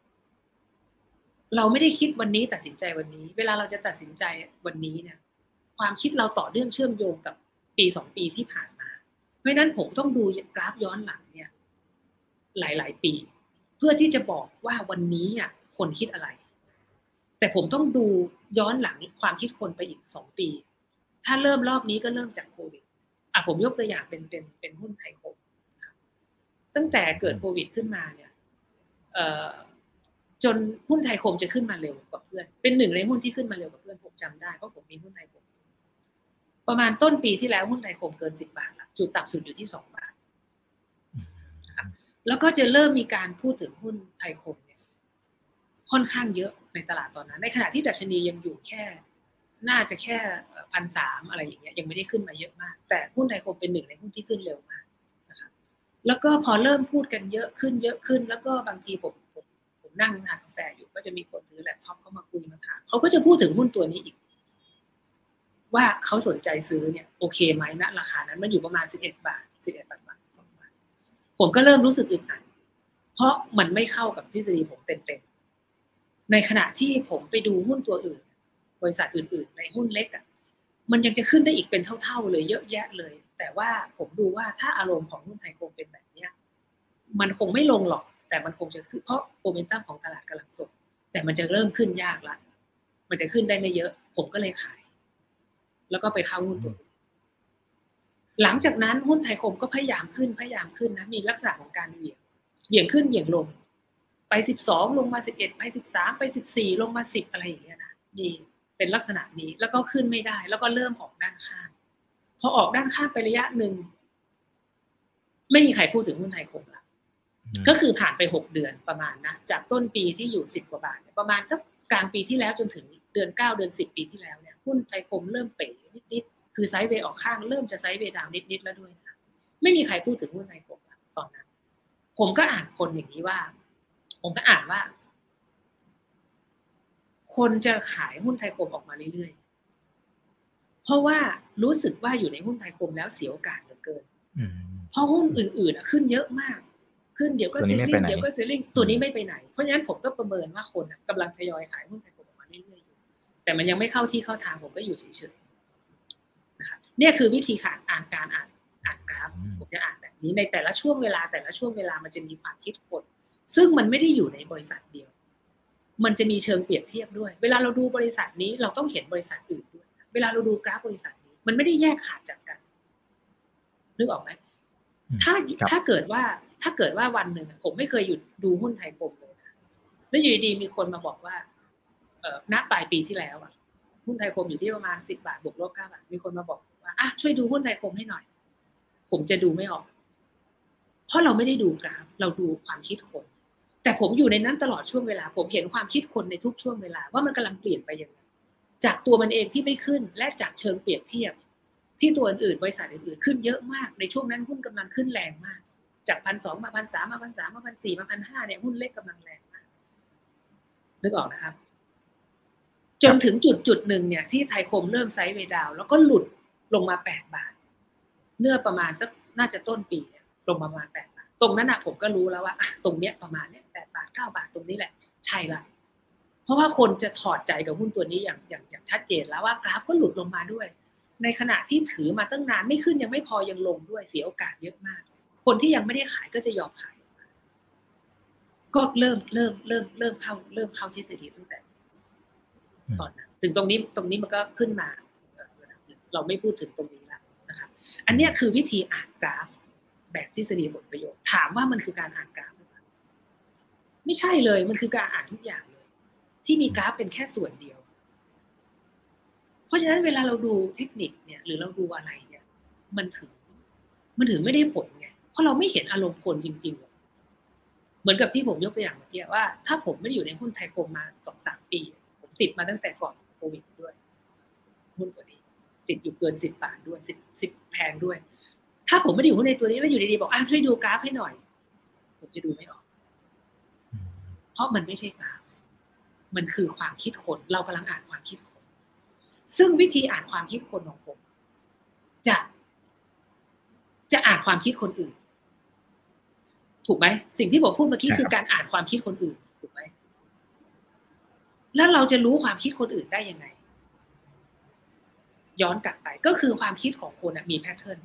เราไม่ได้คิดวันนี้ตัดสินใจวันนี้เวลาเราจะตัดสินใจวันนี้เนี่ยความคิดเราต่อเนื่องเชื่อมโยงกับปีสองปีที่ผ่านมาเพราะฉะนั้นผมต้องดูกราฟย้อนหลังเนี่ยหลายๆปีเพื่อที่จะบอกว่าวันนี้อ่ะคนคิดอะไรแต่ผมต้องดูย้อนหลังความคิดคนไปอีกสองปีถ้าเริ่มรอบนี้ก็เริ่มจากโควิดอ่ะผมยกตัวอย่างเป็นเป็นเป็นหุ้นไทยคมตั้งแต่เกิดโควิดขึ้นมาเนี่ยเอ่อจนหุ้นไทยคมจะขึ้นมาเร็วกว่าเพื่อนเป็นหนึ่งในหุ้นที่ขึ้นมาเร็วกว่าเพื่อนผมจำได้เพราะผมมีหุ้นไทยคมประมาณต้นปีที่แล้วหุ้นไทยคมเกินสิบบาทละจุดต่ำสุดอยู่ที่สองบาทนะครับแล้วก็จะเริ่มมีการพูดถึงหุ้นไทยคมเนี่ยค่อนข้างเยอะในตลาดตอนนั้นในขณะที่ดัชนียังอยู่แค่น่าจะแค่พันสามอะไรอย่างเงี้ยยังไม่ได้ขึ้นมาเยอะมากแต่หุ้นไทยคมเป็นหนึ่งในหุ้นที่ขึ้นเร็วมากนะครับแล้วก็พอเริ่มพูดกันเยอะขึ้นเยอะขึ้นแล้วก็บางทีผมผมผมนั่งทานกาแฟอยู่ก็จะมีคนถือแล็ปท็อปเข้ามาคุยมาถามเขาก็จะพูดถึงหุ้นตัวนี้อีกว่าเขาสนใจซื้อเนี่ยโอเคไหมณราคานั้นมันอยู่ประมาณสิบเอ็ดบาทสิบเอ็ดบาทบาทสิบสองบาทผมก็เริ่มรู้สึกอึดอัดเพราะมันไม่เข้ากับทฤษฎีผมเต็มๆในขณะที่ผมไปดูหุ้นตัวอื่นบริษัทอื่นๆในหุ้นเล็กอ่ะมันยังจะขึ้นได้อีกเป็นเท่าๆเลยเยอะแยะเลยแต่ว่าผมดูว่าถ้าอารมณ์ของหุ้นไทยคงเป็นแบบนี้มันคงไม่ลงหรอกแต่มันคงจะขึ้นเพราะโมเมนตัมของตลาดกำลังส่งแต่มันจะเริ่มขึ้นยากละมันจะขึ้นได้ไม่เยอะผมก็เลยขายแล้วก็ไปเข้าหุ้นตัวอื่นหลังจากนั้นหุ้นไทยคมก็พยายามขึ้นพยายามขึ้นนะมีลักษณะของการเหวี่ยงเหวี่ยงขึ้นเหวี่ยงลงไปสิบสองลงมาสิบเอ็ดไปสิบสามไปสิบสี่ลงมาสิบอะไรอย่างเงี้ยนะมีเป็นลักษณะนี้แล้วก็ขึ้นไม่ได้แล้วก็เริ่มออกด้านข้างพอออกด้านข้างไประยะหนึ่งไม่มีใครพูดถึงหุ้นไทยคมละก็คือผ่านไปหกเดือนประมาณนะจากต้นปีที่อยู่สิบกว่าบาทประมาณสักกลางปีที่แล้วจนถึงเดือนเก้าเดือนสิบปีที่แล้วเนี่ยหุ้นไทยคมเริ่มเป๋นิดๆคือไซด์เวย์ออกข้างเริ่มจะไซด์เวย์ดาวน์นิดๆแล้วด้วยนะไม่มีใครพูดถึงหุ้นไทยคมตอนนั้นผมก็อ่านคนอย่างนี้ว่าผมก็อ่านว่าคนจะขายหุ้นไทยคมออกมาเรื่อยๆเพราะว่ารู้สึกว่าอยู่ในหุ้นไทยคมแล้วเสียโอกาสเหลือเกินเพราะหุ้นอื่นๆขึ้นเยอะมากขึ้นเดี๋ยวก็เซลลิ่งเดี๋ยวก็เซลลิ่งตัวนี้ไม่ไปไหนเพราะฉะนั้นผมก็ประเมินว่าคนกำลังทยอยขายหุ้นไทยคมออกมาเรื่อยๆอยู่แต่มันยังไม่เข้าที่เข้าทางผมก็อยู่เฉยๆนะคะเนี่ยคือวิธีการอ่านการอ่านอ่านกราฟผมจะอ่านแบบนี้ในแต่ละช่วงเวลาแต่ละช่วงเวลามันจะมีความคิดคนซึ่งมันไม่ได้อยู่ในบริษัทเดียวมันจะมีเชิงเปรียบเทียบด้วยเวลาเราดูบริษัทนี้เราต้องเห็นบริษัทอื่นด้วยเวลาเราดูกราฟบริษัทนี้มันไม่ได้แยกขาดจากกันนึกออกไหมถ้าถ้าเกิดว่าถ้าเกิดว่าวันหนึ่งผมไม่เคยหยุดดูหุ้นไทยคมเลยนะแล้วอยู่ดีๆมีคนมาบอกว่าเอ่อณปลายปีที่แล้วอ่ะหุ้นไทยคมอยู่ที่ประมาณสิบบาทบวกลบเก้าบาทมีคนมาบอกว่าอ่ะช่วยดูหุ้นไทยคมให้หน่อยผมจะดูไม่ออกเพราะเราไม่ได้ดูกราฟเราดูความคิดคนแต่ผมอยู่ในนั้นตลอดช่วงเวลาผมเห็นความคิดคนในทุกช่วงเวลาว่ามันกำลังเปลี่ยนไปยังไงจากตัวมันเองที่ไม่ขึ้นและจากเชิงเปรียบเทียบที่ตัวอื่นบริษัทอื่นๆขึ้นเยอะมากในช่วงนั้นหุ้นกำลังขึ้นแรงมากจากพันสองมาพันสามมาพันสามมาพันสี่มาพันห้าเนี่ยหุ้นเล็กกำลังแรงมากนึกออกนะครับจนถึงจุดจุดหนึ่งเนี่ยที่ไทยคมเริ่มไซด์เวย์ดาวน์แล้วก็หลุดลงมาแปดบาทเมื่อประมาณสักน่าจะต้นปีเนี่ยลงมาประมาณแปดบาทตรงนั้นนะผมก็รู้แล้วว่าตรงเนี้ยประมาณเนี้ยแปดบาทเก้าบาทตรงนี้แหละใช่ละเพราะว่าคนจะถอดใจกับหุ้นตัวนี้อย่างอย่างอย่างชัดเจนแล้วว่ากราฟก็หลุดลงมาด้วยในขณะที่ถือมาตั้งนานไม่ขึ้นยังไม่พอยังลงด้วยเสียโอกาสเยอะมากคนที่ยังไม่ได้ขายก็จะยอมขายก็เริ่มเริ่มเริ่มเริ่มเข้าเริ่มเข้าทฤษฎีตั้งแต่ตอนนั้นถึงตรงนี้ตรงนี้มันก็ขึ้นมาเราไม่พูดถึงตรงนี้แล้วนะครับอันนี้คือวิธีอ่านกราฟแบบทฤษฎีผลประโยชน์ถามว่ามันคือการอ่านกราฟหรือเปล่าไม่ใช่เลยมันคือการอ่านทุกอย่างเลยที่มีกราฟเป็นแค่ส่วนเดียวเพราะฉะนั้นเวลาเราดูเทคนิคเนี่ยหรือเราดูอะไรเนี่ยมันถึงมันถึงไม่ได้ผลไงเพราะเราไม่เห็นอารมณ์คนจริงๆเหมือนกับที่ผมยกตัวอย่างเมื่อกี้ว่าถ้าผมไม่ได้อยู่ในหุ้นไทยคมมา สองถึงสาม ปีผมติดมาตั้งแต่ก่อนโควิดด้วยหุ้นตัวนี้ติดอยู่เกินสิบบาทด้วยสิบ สิบแพงด้วยถ้าผมไม่ได้อยู่ในตัวนี้แล้วอยู่ดีๆบอกอ่ะช่วยดูกราฟให้หน่อยผมจะดูไม่ออกเพราะมันไม่ใช่กราฟมันคือความคิดคนเรากำลังอ่านความคิดคนซึ่งวิธีอ่านความคิดคนของผมจะจะอ่านความคิดคนอื่นถูกไหมสิ่งที่ผมพูดเมื่อกี้คือการอ่านความคิดคนอื่นถูกไหมแล้วเราจะรู้ความคิดคนอื่นได้ยังไงย้อนกลับไปก็คือความคิดของคนมีแพทเทิร์น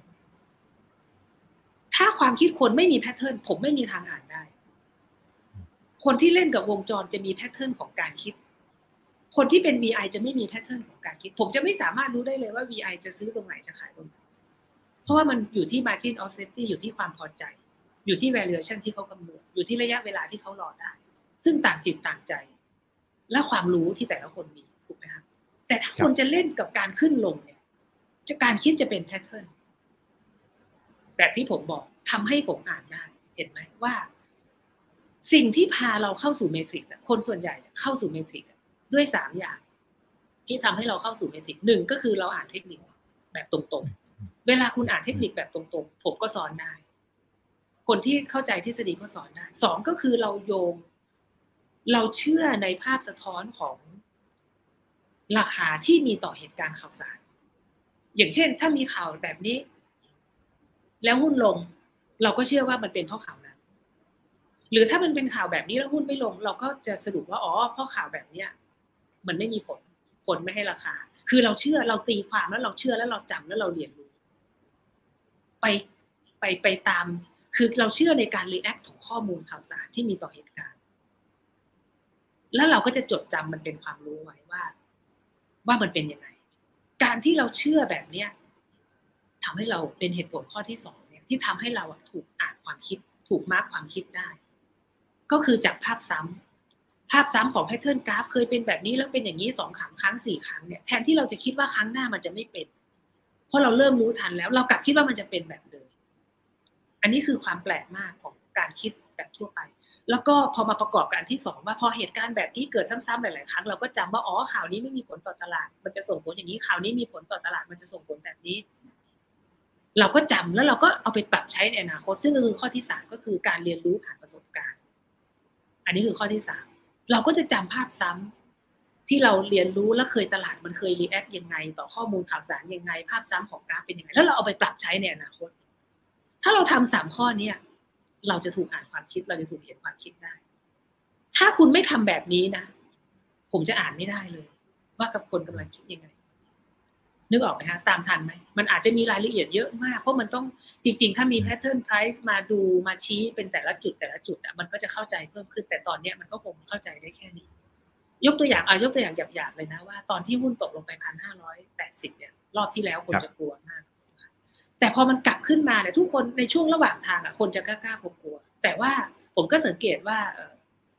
ถ้าความคิดคนไม่มีแพทเทิร์นผมไม่มีทางอ่านได้คนที่เล่นกับวงจรจะมีแพทเทิร์นของการคิดคนที่เป็น วี ไอ จะไม่มีแพทเทิร์นของการคิดผมจะไม่สามารถรู้ได้เลยว่า วี ไอ จะซื้อตรงไหนจะขายตรงไหนเพราะว่ามันอยู่ที่ margin of safety อยู่ที่ความพอใจอยู่ที่ valuation ที่เขากำหนดอยู่ที่ระยะเวลาที่เขารอได้ซึ่งต่างจิตต่างใจและความรู้ที่แต่ละคนมีถูกไหมครับแต่ถ้าคนจะเล่นกับการขึ้นลงเนี่ยจะการคิดจะเป็นแพทเทิร์นแบบที่ผมบอกทำให้ผมอ่านได้เห็นไหมว่าสิ่งที่พาเราเข้าสู่เมทริกซ์คนส่วนใหญ่เข้าสู่เมทริกซ์ด้วยสามอย่างที่ทำให้เราเข้าสู่เมทริกซ์หนึ่งก็คือเราอ่านเทคนิคแบบตรงๆเวลาคุณอ่านเทคนิคแบบตรงๆผมก็สอนได้คนที่เข้าใจทฤษฎีก็สอนได้สองก็คือเราโยงเราเชื่อในภาพสะท้อนของราคาที่มีต่อเหตุการณ์ข่าวสารอย่างเช่นถ้ามีข่าวแบบนี้แล้วหุ้นลงเราก็เชื่อว่ามันเป็นเพราะข่าวนั้นหรือถ้ามันเป็นข่าวแบบนี้แล้วหุ้นไม่ลงเราก็จะสรุปว่าอ๋อเพราะข่าวแบบเนี้ยมันไม่มีผลผลไม่ให้ราคาคือเราเชื่อเราตีความแล้วเราเชื่อแล้วเราจำแล้วเราเรียนรู้ไปไปไปตามคือเราเชื่อในการรีแอคของข้อมูลข่าวสารที่มีต่อเหตุการณ์แล้วเราก็จะจดจำมันเป็นความรู้ไว้ว่าว่ามันเป็นยังไงการที่เราเชื่อแบบเนี้ยทำให้เราเป็นเหตุผลข้อที่สองเนี่ยที่ทำให้เราถูกอ่านความคิดถูกมาร์คความคิดได้ก็คือจากภาพซ้ำภาพซ้ำของแพทเทิร์นกราฟเคยเป็นแบบนี้แล้วเป็นอย่างนี้สองครั้งครั้งสี่ครั้งเนี่ยแทนที่เราจะคิดว่าครั้งหน้ามันจะไม่เป็นเพราะเราเริ่มรู้ทันแล้วเรากลับคิดว่ามันจะเป็นแบบเดิมอันนี้คือความแปลกมากของการคิดแบบทั่วไปแล้วก็พอมาประกอบกันที่สองว่าพอเหตุการณ์แบบนี้เกิดซ้ำๆหลายๆครั้งเราก็จำว่าอ๋อข่าวนี้ไม่มีผลต่อตลาดมันจะส่งผลอย่างนี้ข่าวนี้มีผลต่อตลาดมันจะส่งผลแบบนี้เราก็จำแล้วเราก็เอาไปปรับใช้ในอนาคตซึ่งก็คือข้อที่สามก็คือการเรียนรู้ผ่านประสบการณ์อันนี้คือข้อที่สามเราก็จะจำภาพซ้ำที่เราเรียนรู้และเคยตลาดมันเคยรีแอคยังไงต่อข้อมูลข่าวสารยังไงภาพซ้ำของกราฟเป็นยังไงแล้วเราเอาไปปรับใช้ในอนาคตถ้าเราทำสามข้อนี้เราจะถูกอ่านความคิดเราจะถูกเห็นความคิดได้ถ้าคุณไม่ทำแบบนี้นะผมจะอ่านไม่ได้เลยว่ากับคนกำลังคิดยังไงนึกออกไหมคะตามทันไหมมันอาจจะมีรายละเอียดเยอะมากเพราะมันต้องจริงๆถ้ามี pattern price มาดูมาชี้เป็นแต่ละจุดแต่ละจุดอ่ะมันก็จะเข้าใจเพิ่มขึ้นแต่ตอนนี้มันก็คงเข้าใจได้แค่นี้ยกตัวอย่างอ่ะยกตัวอย่างหยาบๆเลยนะว่าตอนที่หุ้นตกลงไป หนึ่งพันห้าร้อยแปดสิบ เนี่ยรอบที่แล้วคนจะกลัวมากแต่พอมันกลับขึ้นมาเนี่ยทุกคนในช่วงระหว่างทางอ่ะคนจะกล้าๆกลัวๆแต่ว่าผมก็สังเกตว่า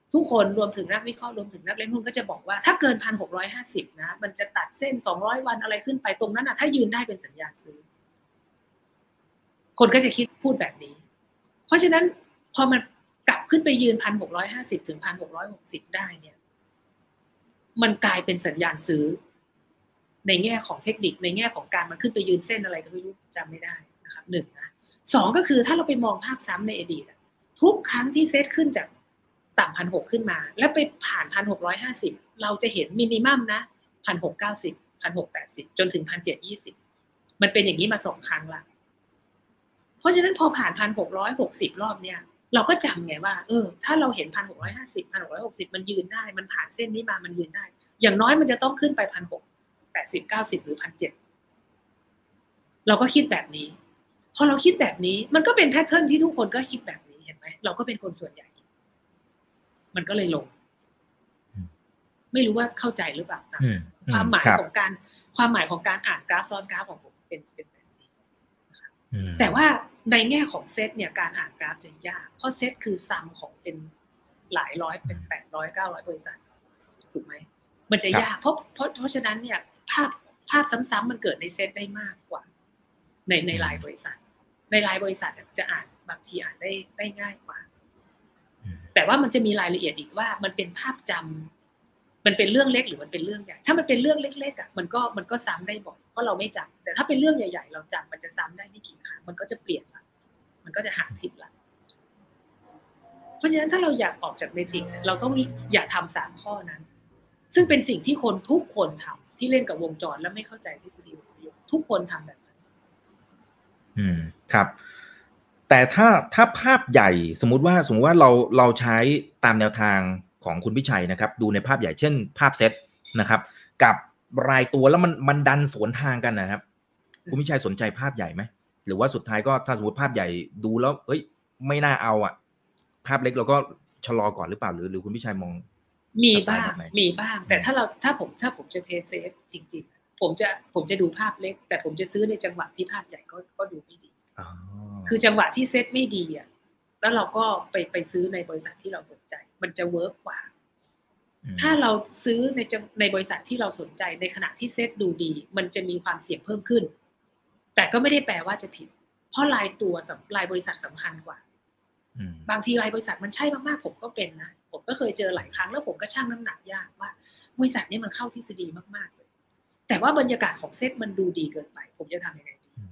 ทุกคนรวมถึงนักวิเคราะห์รวมถึงนักเล่นหุ้นก็จะบอกว่าถ้าเกิน หนึ่งพันหกร้อยห้าสิบ นะมันจะตัดเส้นสองร้อยวันอะไรขึ้นไปตรงนั้นน่ะถ้ายืนได้เป็นสัญญาณซื้อคนก็จะคิดพูดแบบนี้เพราะฉะนั้นพอมันกลับขึ้นไปยืน หนึ่งพันหกร้อยห้าสิบ ถึง หนึ่งพันหกร้อยหกสิบ ได้เนี่ยมันกลายเป็นสัญญาณซื้อในแง่ของเทคนิคในแง่ของการมันขึ้นไปยืนเส้นอะไรก็ไม่รู้จำไม่ได้นะครับหนึ่งนะสองก็คือถ้าเราไปมองภาพซ้ำในอดีตทุกครั้งที่เซตขึ้นจากต่ำ หนึ่งพันหกร้อย ขึ้นมาแล้วไปผ่าน หนึ่งพันหกร้อยห้าสิบ เราจะเห็นมินิมัมนะ หนึ่งพันหกร้อยเก้าสิบ หนึ่งพันหกร้อยแปดสิบ จนถึง หนึ่งพันเจ็ดร้อยยี่สิบ มันเป็นอย่างนี้มาสองครั้งละเพราะฉะนั้นพอผ่าน หนึ่งพันหกร้อยหกสิบ รอบเนี่ยเราก็จำไงว่าเออถ้าเราเห็น หนึ่งพันหกร้อยห้าสิบ หนึ่งพันหกร้อยหกสิบ มันยืนได้มันผ่านเส้นนี้มามันยืนได้อย่างน้อยมันจะต้องขึ้นไป หนึ่งพันหกร้อยแปดสิบ เก้าสิบ หรือ หนึ่งพันเจ็ดร้อย เราก็คิดแบบนี้พอเราคิดแบบนี้มันก็เป็นแพทเทิร์นที่ทุกคนก็คิดแบบนี้เห็นไหมเราก็เป็นคนส่วนใหญ่มันก็เลยลงไม่รู้ว่าเข้าใจหรือเปล่านะความหมายของการความหมายของการอ่านกราฟซ้อนกราฟของผมเป็นเป็นแบบนี้นะคะแต่ว่าในแง่ของเซตเนี่ยการอ่านกราฟจะยากเพราะเซตคือซัมของเป็นหลายร้อยเป็นแปดร้อยเก้าร้อยบริษัทถูกไหมมันจะยากเพราะเพราะเพราะฉะนั้นเนี่ยภาพภาพซ้ำๆมันเกิดในเซตได้มากกว่าในในรายบริษัทในรายบริษัทจะอ่านบางทีอ่านได้ได้ง่ายกว่าแต่ว่ามันจะมีรายละเอียดอีกว่ามันเป็นภาพจำมันเป็นเรื่องเล็กหรือมันเป็นเรื่องใหญ่ถ้ามันเป็นเรื่องเล็กๆอ่ะมันก็มันก็ซ้ำได้บ่อยเพราะเราไม่จำแต่ถ้าเป็นเรื่องใหญ่ๆเราจำมันจะซ้ำได้ไม่กี่ครั้งมันก็จะเปลี่ยนละมันก็จะหาทิศละเพราะฉะนั้นถ้าเราอยากออกจากเมทริกซ์เราต้องอย่าทำสามข้อนั้นซึ่งเป็นสิ่งที่คนทุกคนทำที่เล่นกับวงจรแล้วไม่เข้าใจทฤษฎีวงโยทุกคนทำแบบนั้นอืมครับแต่ถ้าถ้าภาพใหญ่สมมุติว่าสมมติว่าเราเราใช้ตามแนวทางของคุณพิชัยนะครับดูในภาพใหญ่เช่นภาพเซตนะครับกับรายตัวแล้วมันมันดันสวนทางกันนะครับคุณพิชัยสนใจภาพใหญ่ไหมหรือว่าสุดท้ายก็ถ้าสมมติภาพใหญ่ดูแล้วเฮ้ยไม่น่าเอาอ่ะภาพเล็กเราก็ชะลอก่อนหรือเปล่าหรือหรือคุณพิชัยมองมีบ้างมีบ้างแต่ถ้าเราถ้าผมถ้าผมจะเพย์เซฟจริงๆผมจะผมจะดูภาพเล็กแต่ผมจะซื้อในจังหวะที่ภาพใหญ่ก็ก็ดูไม่ดีคือจังหวะที่เซตไม่ดีอ่ะแล้วเราก็ไปไปซื้อในบริษัทที่เราสนใจมันจะเวิร์กกว่าถ้าเราซื้อในในบริษัทที่เราสนใจในขณะที่เซตดูดีมันจะมีความเสี่ยงเพิ่มขึ้นแต่ก็ไม่ได้แปลว่าจะผิดเพราะรายตัวรายบริษัทสำคัญกว่าบางทีรายบริษัทมันใช่มากๆผมก็เป็นนะผมก็เคยเจอหลายครั้งแล้วผมก็ชั่งน้ำหนักยากว่าบริษัทนี้มันเข้าทฤษฎีมากๆเลยแต่ว่าบรรยากาศของเซตมันดูดีเกินไปผมจะทำยังไงดี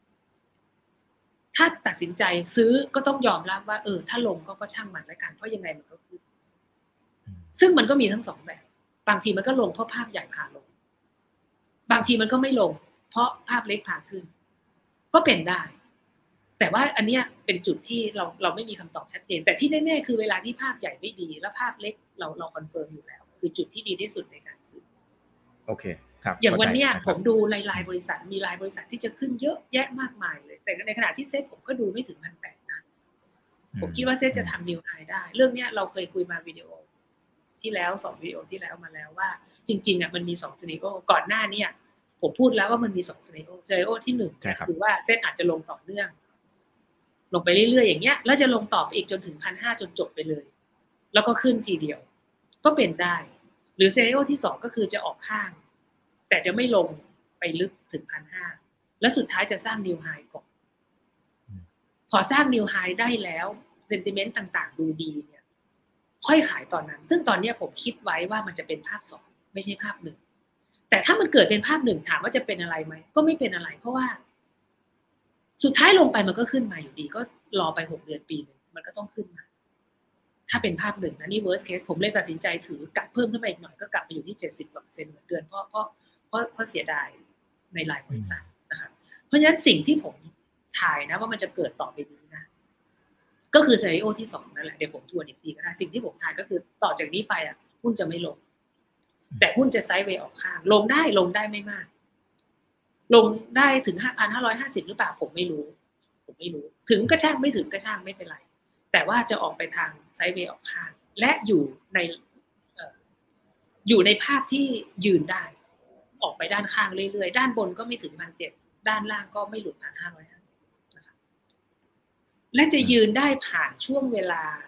ถ้าตัดสินใจซื้อก็ต้องยอมรับว่าเออถ้าลงก็ก็ช่างมันแล้วกันเพราะยังไงมันก็ขึ้นซึ่งมันก็มีทั้งสองแบบบางทีมันก็ลงเพราะภาพใหญ่พาลงบางทีมันก็ไม่ลงเพราะภาพเล็กพาขึ้นก็เป็นได้แต่ว่าอันเนี้ยเป็นจุดที่เราเราไม่มีคำตอบชัดเจนแต่ที่แน่ๆคือเวลาที่ภาพใหญ่ไม่ดีแล้วภาพเล็กเราเราคอนเฟิร์มอยู่แล้วคือจุดที่ดีที่สุดในการซื้อโอเคครับอย่างวันเนี้ยผมดูรายๆบริษัทมีรายบริษัทที่จะขึ้นเยอะแยะมากมายเลยแต่ในขณะที่เซ็ตผมก็ดูไม่ถึง หนึ่งพันแปดร้อย นะผมคิดว่าเซ็ตจะทำนิวไฮได้เรื่องเนี้ยเราเคยคุยมาวิดีโอที่แล้วสองวิดีโอที่แล้วมาแล้วว่าจริงๆอ่ะมันมีสองซีนาริโอก่อนหน้านี้ผมพูดแล้วว่ามันมีสองซีนาริโอซีนาริโอที่หนึ่งคือว่าเซ็ตอาจจะลงต่อเนื่องลงไปเรื่อยๆอย่างเงี้ยแล้วจะลงต่อไปอีกจนถึง หนึ่งพันห้าร้อย จนจบไปเลยแล้วก็ขึ้นทีเดียวก็เป็นได้หรือซีนาริโอที่สองก็คือจะออกข้างแต่จะไม่ลงไปลึกถึง หนึ่งพันห้าร้อย แล้วสุดท้ายจะสร้างนิวไฮก่อนพอสร้างนิวไฮได้แล้วเซนติเมนต์ต่างๆดูดีเนี่ยค่อยขายตอนนั้นซึ่งตอนนี้ผมคิดไว้ว่ามันจะเป็นภาพสองไม่ใช่ภาพหนึ่งแต่ถ้ามันเกิดเป็นภาพหนึ่งถามว่าจะเป็นอะไรไหมก็ไม่เป็นอะไรเพราะว่าสุดท้ายลงไปมันก็ขึ้นมาอยู่ดีก็รอไปหกเดือนปีนึงมันก็ต้องขึ้นมาถ้าเป็นภาพหนึ่งนะนี่ worst case ผมเลยตัดสินใจถือกลับเพิ่มขึ้นมาอีกหน่อยก็กลับไปอยู่ที่ เจ็ดสิบเปอร์เซ็นต์ เหมือนเดิมเพราะเพราะเพราะเพราะเสียดายในรายบริษัทนะคะเพราะฉะนั้นสิ่งที่ผมถ่ายนะว่ามันจะเกิดต่อไปนี้นะก็คือซีนาริโอที่สองนั่นแหละเดี๋ยวผมทวนอีกทีก็ได้สิ่งที่ผมถ่ายก็คือต่อจากนี้ไปอ่ะหุ้นจะไม่ลงแต่หุ้นจะไซด์เวย์ออกข้างลงได้ลงได้ไม่มากลงได้ถึง ห้าพันห้าร้อยห้าสิบ หรือเปล่าผมไม่รู้ผมไม่รู้ถึงก็ช่างไม่ถึงก็ช่างไม่เป็นไรแต่ว่าจะออกไปทางไซด์เวย์ออกข้างและอยู่ในเอ่ออยู่ในภาพที่ยืนได้ออกไปด้านข้างเรื่อยๆด้านบนก็ไม่ถึง หนึ่งพันเจ็ดร้อย ด้านล่างก็ไม่หลุด หนึ่งพันห้าร้อยห้าสิบ นะคะและจะยืนได้ผ่านช่วงเวลา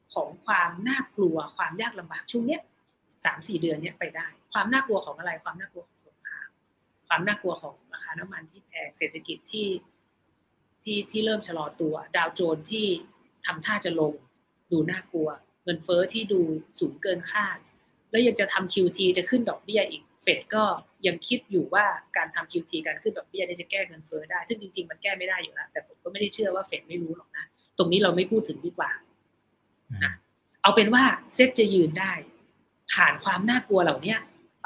ของความน่ากลัวความยากลำบากช่วงเนี้ยสามสี่เดือนเนี้ยไปได้ความน่ากลัวของอะไรความน่ากลัวของสงครามความน่ากลัวของราคาน้ำมันที่แพงเศรษฐกิจที่ที่ที่เริ่มชะลอตัวดาวโจนส์ที่ทำท่าจะลงดูน่ากลัวเงินเฟ้อที่ดูสูงเกินคาดแล้วยังจะทำ คิว ที จะขึ้นดอกเบี้ยอีกเฟดก็ยังคิดอยู่ว่าการทำ คิว ที การขึ้นดอกเบี้ยจะแก้เงินเฟ้อได้ซึ่งจริงๆมันแก้ไม่ได้อยู่แล้วแต่ผมก็ไม่ได้เชื่อว่าเฟดไม่รู้หรอกนะตรงนี้เราไม่พูดถึงดีกว่านะเอาเป็นว่าเซ็ตจะยืนได้ผ่านความน่ากลัวเหล่านี้ไป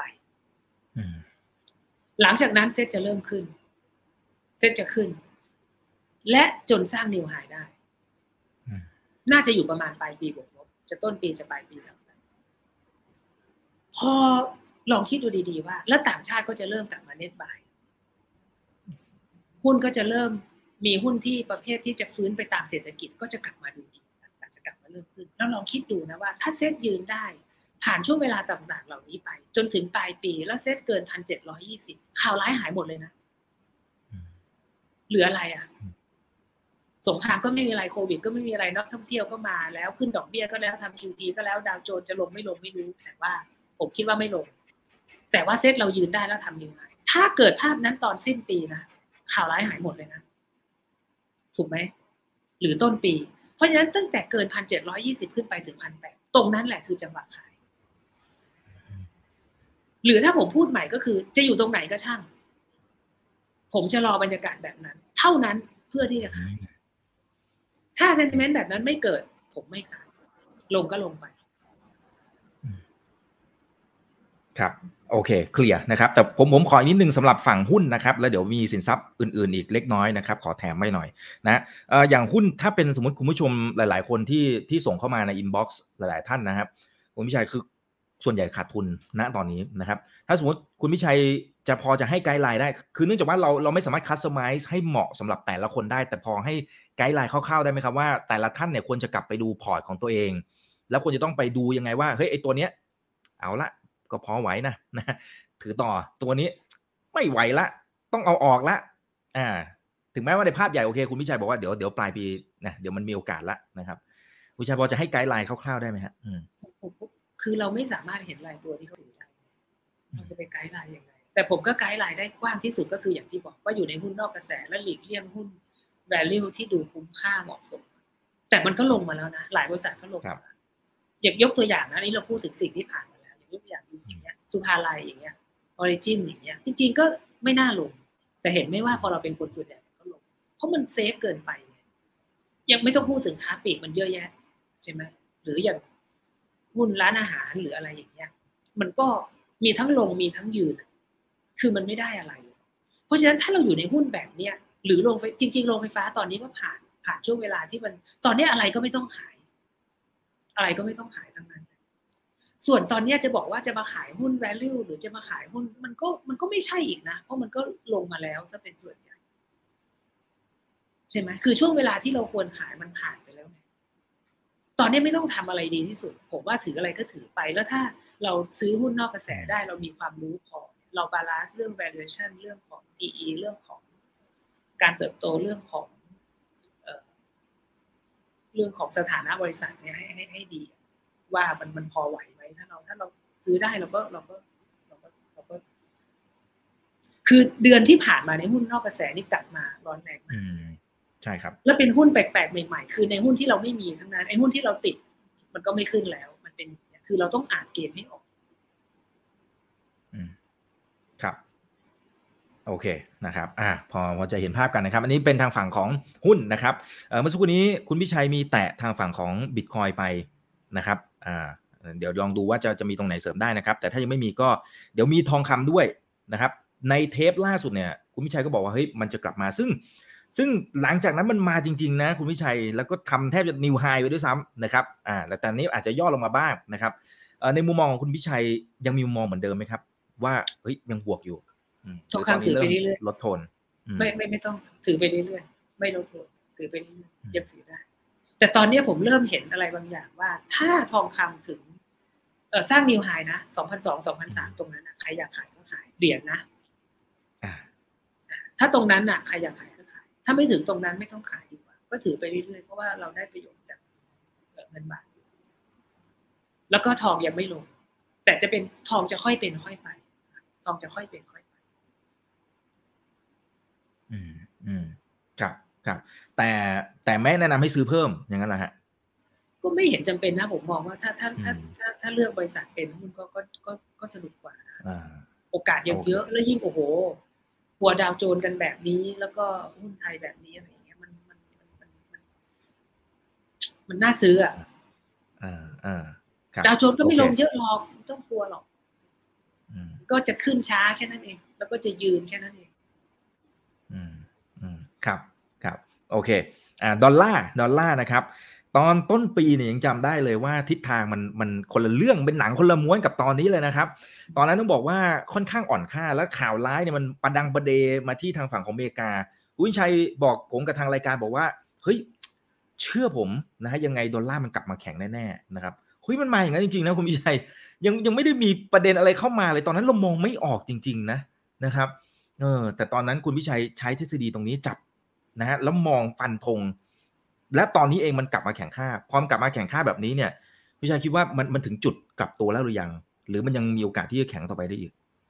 หลังจากนั้นเซ็ตจะเริ่มขึ้นเซ็ตจะขึ้นและจนสร้างนิวไฮได้น่าจะอยู่ประมาณปลายปีบวกลบจะต้นปีจะปลายปีแล้วพอลองคิดดูดีๆว่าแล้วต่างชาติก็จะเริ่มกลับมาเน็ตบายหุ้นก็จะเริ่มมีหุ้นที่ประเภทที่จะฟื้นไปตามเศรษฐกิจก็จะกลับมาดูดีอาจจะกลับมาเริ่มขึ้นแล้วลองคิดดูนะว่าถ้าเซ็ตยืนได้ผ่านช่วงเวลาต่างๆเหล่านี้ไปจนถึงปลายปีแล้วเซ็ตเกิน หนึ่งพันเจ็ดร้อยยี่สิบ ข่าวร้ายหายหมดเลยนะเหลืออะไรอ่ะสงครามก็ไม่มีอะไรโควิดก็ไม่มีอะไรนักท่องเที่ยวก็มาแล้วขึ้นดอกเบี้ยก็แล้วทำ คิว ที ก็แล้วดาวโจนส์จะลงไม่ลงไม่รู้แต่ว่าผมคิดว่าไม่ลงแต่ว่าเซ็ตเรายืนได้แล้วทำนิวไฮถ้าเกิดภาพนั้นตอนสิ้นปีนะข่าวร้ายหายหมดเลยนะถูกไหมหรือต้นปีเพราะฉะนั้นตั้งแต่เกิน หนึ่งพันเจ็ดร้อยยี่สิบ ขึ้นไปถึง หนึ่งพันแปดร้อย ตรงนั้นแหละคือจังหวะขายหรือถ้าผมพูดใหม่ก็คือจะอยู่ตรงไหนก็ช่างผมจะรอบรรยากาศแบบนั้นเท่านั้นเพื่อที่จะขายถ้าเซนติเมนต์แบบนั้นไม่เกิดผมไม่ขายลงก็ลงไปครับโอเคเคลียร์นะครับแต่ผมผมขออีกนิดนึงสำหรับฝั่งหุ้นนะครับแล้วเดี๋ยวมีสินทรัพย์อื่นๆอีกเล็กน้อยนะครับขอแถมไม่หน่อยนะเอ่ออย่างหุ้นถ้าเป็นสมมติคุณผู้ชมหลายๆคนที่ที่ส่งเข้ามาในอินบ็อกซ์หลายๆท่านนะครับคุณพิชัยคือส่วนใหญ่ขาดทุนณตอนนี้นะครับถ้าสมมติคุณพิชัยจะพอจะให้ไกด์ไลน์ได้คือเนื่องจากว่าเราเราไม่สามารถคัสตอมไมซ์ให้เหมาะสำหรับแต่ละคนได้แต่พอให้ไกด์ไลน์คร่าวๆได้ไหมครับว่าแต่ละท่านเนี่ยควรจะกลับไปดูพอร์ตของตัวเองแล้วควรจะต้องไปดูยังไงว่าเฮ้ยไอตัวเนี้ยเอาละก็พอไหวนะนะถือต่อตัวนี้ไม่ไหวละต้องเอาออกละอ่าถึงแม้ว่าในภาพใหญ่โอเคคุณพิชัยบอกว่าเดี๋ยวเดี๋ยวปลายปีนะเดี๋ยวมันมีโอกาสละนะครับคุณพิชัยพอจะให้ไกด์ไลน์คร่าวๆได้ไหมฮะอืมคือเราไม่สามารถเห็นรายตัวที่เขาถือได้เราจะไปไกด์ไลน์ยังไงแต่ผมก็ไกด์ไลน์ได้กว้างที่สุดก็คืออย่างที่บอกว่าอยู่ในหุ้นนอกกระแสและหลีกเลี่ยงหุ้น value ที่ดูคุ้มค่าเหมาะสมแต่มันก็ลงมาแล้วนะหลายบริษัทก็ลงมาอย่างยกตัวอย่างนะนี่เราพูดถึงสิ่งที่ผ่านมาแล้วอย่างยกตัวอย่างอย่างเงี้ยสุภาลัยอย่างเงี้ยออริจินอย่างเงี้ยจริงๆก็ไม่น่าลงแต่เห็นไม่ว่าพอเราเป็นคนส่วนใหญ่ก็ลงเพราะมันเซฟเกินไปยังไม่ต้องพูดถึงค้าปลีกมันเยอะแยะใช่ไหมหรืออย่างหุ้นร้านอาหารหรืออะไรอย่างเงี้ยมันก็มีทั้งลงมีทั้งยืนคือมันไม่ได้อะไรเพราะฉะนั้นถ้าเราอยู่ในหุ้นแบบเนี้ยหรือโรงไฟจริงๆโรงไฟฟ้าตอนนี้ก็ผ่านผ่านช่วงเวลาที่มันตอนนี้อะไรก็ไม่ต้องขายอะไรก็ไม่ต้องขายทั้งนั้นส่วนตอนนี้จะบอกว่าจะมาขายหุ้น value หรือจะมาขายหุ้นมันก็มันก็ไม่ใช่อีกนะเพราะมันก็ลงมาแล้วซะเป็นส่วนใหญ่ใช่ไหมคือช่วงเวลาที่เราควรขายมันผ่านไปแล้วไงตอนนี้ไม่ต้องทำอะไรดีที่สุดผมว่าถืออะไรก็ถือไปแล้วถ้าเราซื้อหุ้นนอกกระแสได้เรามีความรู้พอเราบาลานซ์เรื่อง valuation เรื่องของ พี อี เรื่องของการเติบโตเรื่องของเอ่อเรื่องของสถานะบริษัทเนี่ยให้ให้ให้ดีว่ามันมันพอไหวไหมถ้าเราถ้าเราซื้อได้เราก็เราก็เราก็เราก็คือเดือนที่ผ่านมาในหุ้นนอกกระแสนี่กลับมาร้อนแรงมากใช่ครับแล้วเป็นหุ้นแปลกๆใหม่ๆคือในหุ้นที่เราไม่มีทั้งนั้นไอ้หุ้นที่เราติดมันก็ไม่ขึ้นแล้วมันเป็นคือเราต้องอ่านเกมให้ออกอืมครับโอเคนะครับอ่าพอพอจะเห็นภาพกันนะครับอันนี้เป็นทางฝั่งของหุ้นนะครับเอ่อเมื่อสักครู่นี้คุณพิชัยมีแตะทางฝั่งของ Bitcoin ไปนะครับอ่าเดี๋ยวลองดูว่าจะจะมีตรงไหนเสริมได้นะครับแต่ถ้ายังไม่มีก็เดี๋ยวมีทองคำด้วยนะครับในเทปล่าสุดเนี่ยคุณพิชัยก็บอกว่าเฮ้ยมันจะกลับมาซึ่งซึ่งหลังจากนั้นมันมาจริงๆนะคุณพิชัยแล้วก็ทำแทบจะนิวไฮไปด้วยซ้ำนะครับอ่าแต่ตอนนี้อาจจะย่อลงมาบ้างนะครับเอ่อในมุมมองของคุณพิชัยยังมีมุมมองเหมือนเดิมไหมครับว่าเฮ้ยยังบวกอยู่ทองคำถือไปเรื่อยๆลดโทนไม่ไม่ไม่ต้องถือไปเรื่อยๆไม่ลดโทนถือไปเรื่อยๆยังถือได้แต่ตอนนี้ผมเริ่มเห็นอะไรบางอย่างว่าถ้าทองคำถึงเอ่อสร้างนิวไฮนะสองพันสองร้อย สองพันสามร้อยตรงนั้นนะใครอยากขายก็ขายเหรียญนะถ้าตรงนั้นน่ะใครอยากขายก็ขายถ้าไม่ถึงตรงนั้นไม่ต้องขายดีกว่าก็ถือไปเรื่อยๆเพราะว่าเราได้ประโยชน์จากเงินบาทแล้วก็ทองยังไม่ลงแต่จะเป็นทองจะค่อยเป็นค่อยไปทองจะค่อยเป็นค่อยไปอืมอืมครับครับแต่แต่ไม่แนะนำให้ซื้อเพิ่มอย่างนั้นแหละฮะก็ไม่เห็นจำเป็นนะผมมองว่าถ้าถ้าถ้าถ้าถ้าเลือกบริษัทเป็นหุ้นก็ก็ก็ก็สนุกกว่าโอกาสยังเยอะแล้วยิ่งโอ้โหหัวดาวโจนกันแบบนี้แล้วก็หุ้นไทยแบบนี้อะไรอย่างเงี้ยมันมันมันมันมันมันน่าซื้ออ่ะอ่าอ่าดาวโจนก็ไม่ลงเยอะหรอกไม่ต้องกลัวหรอกก็จะขึ้นช้าแค่นั้นเองแล้วก็จะยืนแค่นั้นเองอืมอืมครับครับโอเคอ่าดอลลาร์ดอลลาร์นะครับตอนต้นปีเนี่ยยังจำได้เลยว่าทิศทางมันมันคนละเรื่องเป็นหนังคนละม้วนกับตอนนี้เลยนะครับตอนนั้นต้องบอกว่าค่อนข้างอ่อนค่าและข่าวร้ายเนี่ยมันประดังประเดมาที่ทางฝั่งของอเมริกาคุณชัยบอกผมกับทางรายการบอกว่าเฮ้ยเชื่อผมนะฮะยังไงดอลลาร์มันกลับมาแข็งแน่ๆนะครับเฮ้ยมันมาอย่างนั้นจริงๆนะคุณวิชัยยังยังไม่ได้มีประเด็นอะไรเข้ามาเลยตอนนั้นเรามองไม่ออกจริงๆนะนะครับเออแต่ตอนนั้นคุณวิชัยใช้ทฤษฎีตรงนี้จับนะฮะแล้วมองฟันธงและตอนนี้เองมันกลับมาแข็งค่าพอมันกลับมาแข็งค่าแบบนี้เนี่ยวิชัยคิดว่ามันมันถึงจุดกลับตัวแล้วหรือยังหรือมันยังมีโอกาสที่จะแข็งต่อไปได้อีก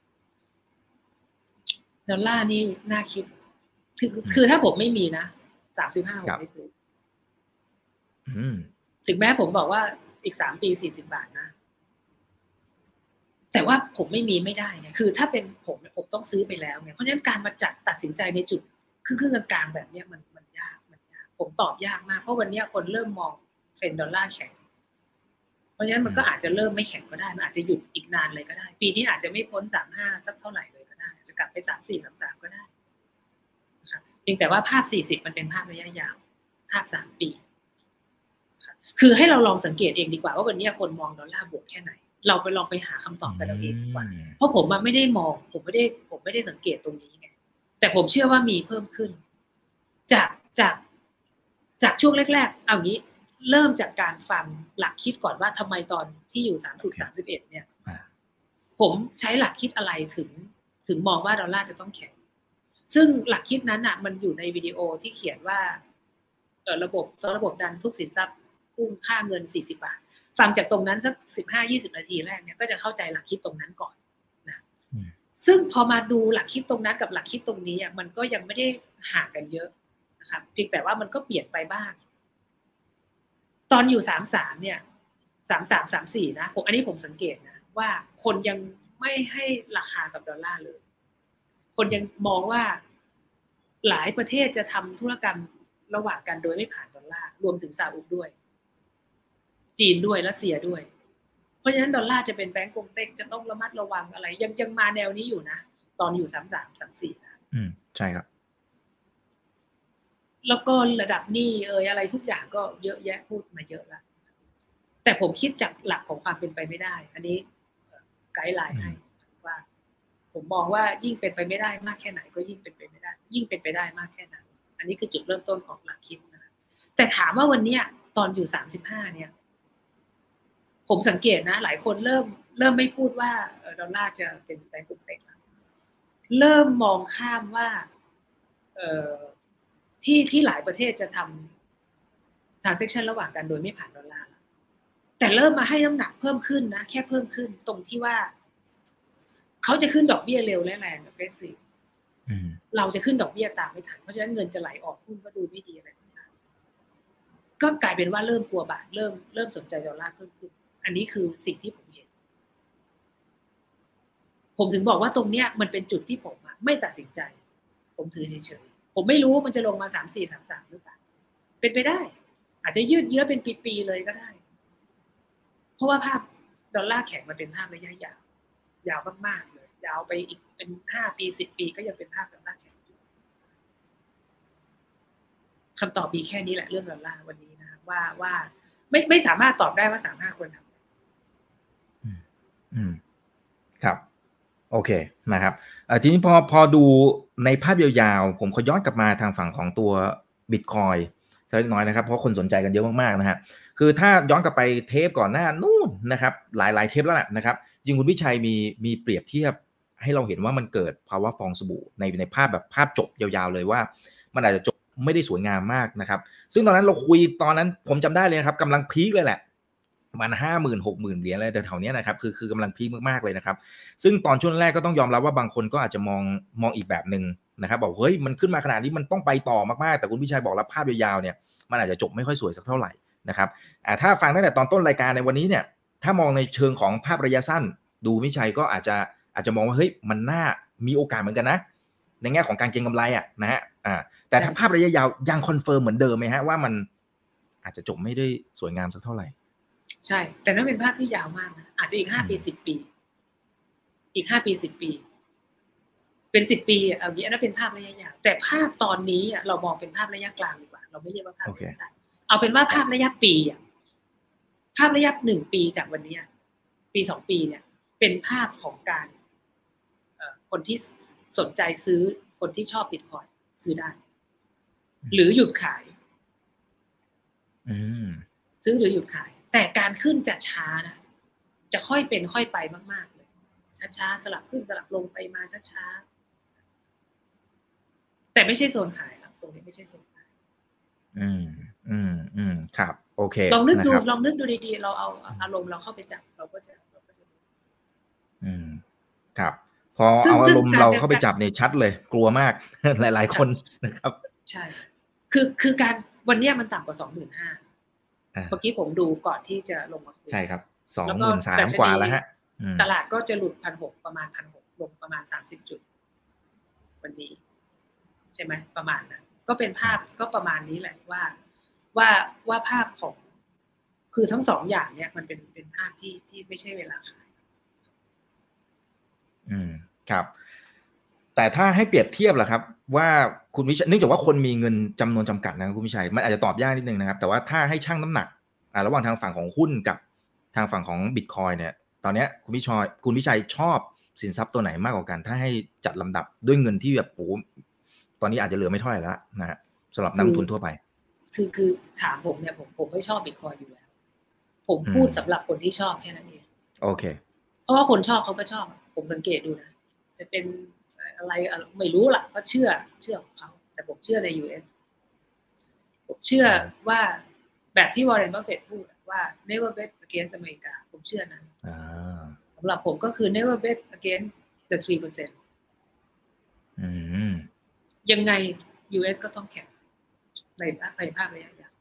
ดอลลาร์นี่น่าคิดคือคือถ้าผมไม่มีนะสามสิบห้าผมไม่ซื้อถึงแม้ผมบอกว่าอีกสามปีสี่สิบบาทนะแต่ว่าผมไม่มีไม่ได้ไงคือถ้าเป็นผมผมต้องซื้อไปแล้วไงเพราะฉะนั้นการมาจัดตัดสินใจในจุดครึ่งๆกลางๆแบบนี้มันมันยากมันยากผมตอบยากมากเพราะวันนี้คนเริ่มมองเทรนด์ดอลลาร์แข็งเพราะฉะนั้นมันก็อาจจะเริ่มไม่แข็งก็ได้มันอาจจะหยุดอีกนานเลยก็ได้ปีนี้อาจจะไม่พ้นสามห้าสักเท่าไหร่เลยก็ได้จะกลับไปสามสี่สามสามก็ได้นะครับเพียงแต่ว่าภาพสี่สิบมันเป็นภาพระยะยาวภาพสามปีคือให้เราลองสังเกตเองดีกว่าว่าวันนี้คนมองดอลลาร์บวกแค่ไหนเราไปลองไปหาคำตอบกันเอาเองดีกว่าเพราะผมไม่ได้มองผมไม่ได้ผมไม่ได้สังเกตตรงนี้ไงแต่ผมเชื่อว่ามีเพิ่มขึ้นจากจากจากช่วงแรกๆเอางี้เริ่มจากการฟังหลักคิดก่อนว่าทำไมตอนที่อยู่สามสิบ สามสิบเอ็ดเนี่ยผมใช้หลักคิดอะไรถึงถึงมองว่าดอลลาร์จะต้องแข็งซึ่งหลักคิดนั้นอ่ะมันอยู่ในวิดีโอที่เขียนว่าเอ่อระบบระบบดันทุกสินทรัพย์พุ่งค่าเงินสี่สิบบาทฟังจากตรงนั้นสักสิบห้า ยี่สิบนาทีแรกเนี่ยก็จะเข้าใจหลักคิดตรงนั้นก่อนนะซึ่งพอมาดูหลักคิดตรงนั้นกับหลักคิดตรงนี้อ่ะมันก็ยังไม่ได้ห่างกันเยอะนะครับเพียงแต่ว่ามันก็เปลี่ยนไปบ้างตอนอยู่สามสิบสามเนี่ยสามสิบสาม สามสิบสี่นะผมอันนี้ผมสังเกตนะว่าคนยังไม่ให้ราคากับดอลลาร์เลยคนยังมองว่าหลายประเทศจะทำธุรกรรมระหว่างกันโดยไม่ผ่านดอลลาร์รวมถึงซาอุด้วยจีนด้วยรัสเซียด้วยเพราะฉะนั้นดอลลาร์จะเป็นแบงก์กงเต็กจะต้องระมัดระวังอะไรยังยังมาแนวนี้อยู่นะตอนอยู่สามสิบสาม สามสิบสี่นะอืมใช่ครับแล้วก็ระดับหนี้เอ่ยอะไรทุกอย่างก็เยอะแยะพูดมาเยอะแล้วแต่ผมคิดจากหลักของความเป็นไปไม่ได้อันนี้ไกด์ไลน์ให้ว่าผมมองว่ายิ่งเป็นไปไม่ได้มากแค่ไหนก็ยิ่งเป็นไปไม่ได้ยิ่งเป็นไปได้มากแค่นั้นอันนี้คือจุดเริ่มต้นของหลักคิดนะแต่ถามว่าวันนี้ตอนอยู่สามสิบห้าเนี่ยผมสังเกตนะหลายคนเริ่มเริ่มไม่พูดว่าดอลลาร์จะเป็นแบงก์กรุงเทพแล้วเริ่มมองข้ามว่าเอ่อที่ที่หลายประเทศจะทำ transaction ระหว่างกันโดยไม่ผ่านดอลลาร์แต่เริ่มมาให้น้ำหนักเพิ่มขึ้นนะแค่เพิ่มขึ้นตรงที่ว่าเขาจะขึ้นดอกเบี้ยเร็วและแรง aggressive เราจะขึ้นดอกเบี้ยตามไม่ทันเพราะฉะนั้นเงินจะไหลออกหุ้นก็ดูไม่ดีอะไรต่างๆก็กลายเป็นว่าเริ่มกลัวบาทเริ่มเริ่มสนใจดอลลาร์เพิ่มขึ้นอันนี้คือสิ่งที่ผมเห็นผมถึงบอกว่าตรงเนี้ยมันเป็นจุดที่ผมไม่ตัดสินใจผมถือเฉยๆผมไม่รู้มันจะลงมาสามสี่ สามสามหรือเปล่าเป็นไปได้อาจจะยืดเยื้อเป็นปีๆเลยก็ได้เพราะว่าภาพดอลลาร์แข็งมันเป็นภาพระยะยาวยาวมากๆเลยยาวไปอีกเป็นห้าปีสิบปีก็ยังเป็นภาพดอลลาร์แข็งอยู่คำตอบมีแค่นี้แหละเรื่องดอลลาร์วันนี้นะว่าว่าไม่ไม่สามารถตอบได้ว่าสามห้าควรทำอืมอืมครับโอเคนะครับทีนี้พอพอดูในภาพยาวๆผมขอย้อนกลับมาทางฝั่งของตัว Bitcoin สักน้อยนะครับเพราะคนสนใจกันเยอะมากๆนะฮะคือถ้าย้อนกลับไปเทปก่อนหน้านู่นนะครับหลายๆเทปแล้วแหละนะครับจริงคุณวิชัยมีมีเปรียบเทียบให้เราเห็นว่ามันเกิดภาวะฟองสบู่ในในภาพแบบภาพจบยาวๆเลยว่ามันอาจจะจบไม่ได้สวยงามมากนะครับซึ่งตอนนั้นเราคุยตอนนั้นผมจำได้เลยนะครับกำลังพีคเลยแหละประมาณ ห้าหมื่น หกหมื่น เหรียญอะไรแถวๆเนี้ยนะครับคือคือกำลังพีคมากๆเลยนะครับซึ่งตอนช่วงแรกก็ต้องยอมรับว่าบางคนก็อาจจะมองมองอีกแบบหนึ่งนะครับบอกเฮ้ยมันขึ้นมาขนาดนี้มันต้องไปต่อมากๆแต่คุณพิชัยบอกแล้วภาพยาวๆเนี่ยมันอาจจะจบไม่ค่อยสวยสักเท่าไหร่นะครับอ่าถ้าฟังตั้งแต่ตอนต้นรายการในวันนี้เนี่ยถ้ามองในเชิงของภาพระยะสั้นดูพิชัยก็อาจจะอาจจะมองว่าเฮ้ยมันน่ามีโอกาสเหมือนกันนะในแง่ของการเก็งกำไรอ่ะนะฮะอ่าแต่ถ้าภาพระยะยาวยังคอนเฟิร์มเหมือนเดิมไหมฮะว่ามันอาจจะจบไม่ได้สวยงามสักเท่าไหร่ใช่แต่นั่นเป็นภาพที่ยาวมากนะอาจจะอีกห้าปีสิบปีอีกห้าปีสิบปีเป็นสิบปีเอาอย่างนี้นั่นเป็นภาพระยะยาวแต่ภาพตอนนี้เรามองเป็นภาพระยะกลางดีกว่าเราไม่เรียกว่าภาพระยะสั้นเอาเป็นว่าภาพระยะปีอ่ะภาพระยะหนึ่งปีจากวันนี้ปีสองปีเนี่ยเป็นภาพของการคนที่สนใจซื้อคนที่ชอบบิตคอยน์ซื้อได้หรือหยุดขายซื้อหรือหยุดขายแต่การขึ้นจะช้านะจะค่อยเป็นค่อยไปมากๆเลยช้าๆสลับขึ้นสลับลงไปมาช้าๆแต่ไม่ใช่โซนขายครับตรงนี้ไม่ใช่โซนขายอืมอืมอืมครับโอเคลองนึกดูลองนึกดูดีๆเราเอาอารมณ์เราเข้าไปจับเราก็จะเราก็จะอืมครับพอเอาอารมณ์เราเข้าไปจับเนี่ยชัดเลยกลัวมากหลายๆคนนะครับใช่คือคือการวันนี้มันต่ำกว่า สองหมื่นห้าพัน เมื่อกี้ผมดูก่อนที่จะลงมาคุยใช่ครับ สองหมื่นสามพัน กว่าแล้วฮะตลาดก็จะหลุด หนึ่งพันหกร้อย ประมาณ หนึ่งพันหกร้อย ลงประมาณสามสิบจุดวันนี้ใช่ไหมประมาณนั้นก็เป็นภาพก็ประมาณนี้แหละว่าว่าว่าภาพของคือทั้งสองอย่างเนี่ยมันเป็นเป็นภาพที่ที่ไม่ใช่เวลาขายอืมครับแต่ถ้าให้เปรียบเทียบล่ะครับว่าคุณวิชัยเนื่องจากว่าคนมีเงินจำนวนจำกัดนะคุณวิชัยมันอาจจะตอบยากนิดนึงนะครับแต่ว่าถ้าให้ชั่งน้ำหนักอ่าระหว่างทางฝั่งของหุ้นกับทางฝั่งของ Bitcoin เนี่ยตอนนี้คุณวิชัยคุณวิชัยชอบสินทรัพย์ตัวไหนมากกว่ากันถ้าให้จัดลำดับด้วยเงินที่แบบโอ้ตอนนี้อาจจะเหลือไม่เท่าไหร่แล้วนะฮะสำหรับนักลงทุนทั่วไปคือคือถามผมเนี่ยผมผมไม่ชอบ Bitcoin อยู่แล้วผมพูดสำหรับคนที่ชอบแค่นั้นเองโอเคเพราะว่าคนชอบเขาก็ชอบผมสังเกตดูนะจะเป็นอะไรไม่รู้ล่ะก็เชื่อเชื่อของเขาแต่ผมเชื่อใน ยู เอส ผมเชื่อว่าแบบที่วอร์เรน บัฟเฟตต์พูดว่า never bet against อเมริกาผมเชื่อนะสำหรับผมก็คือ never bet against the three percent ยังไง ยู เอส ก็ต้องแข็งในในภาพระยะยาว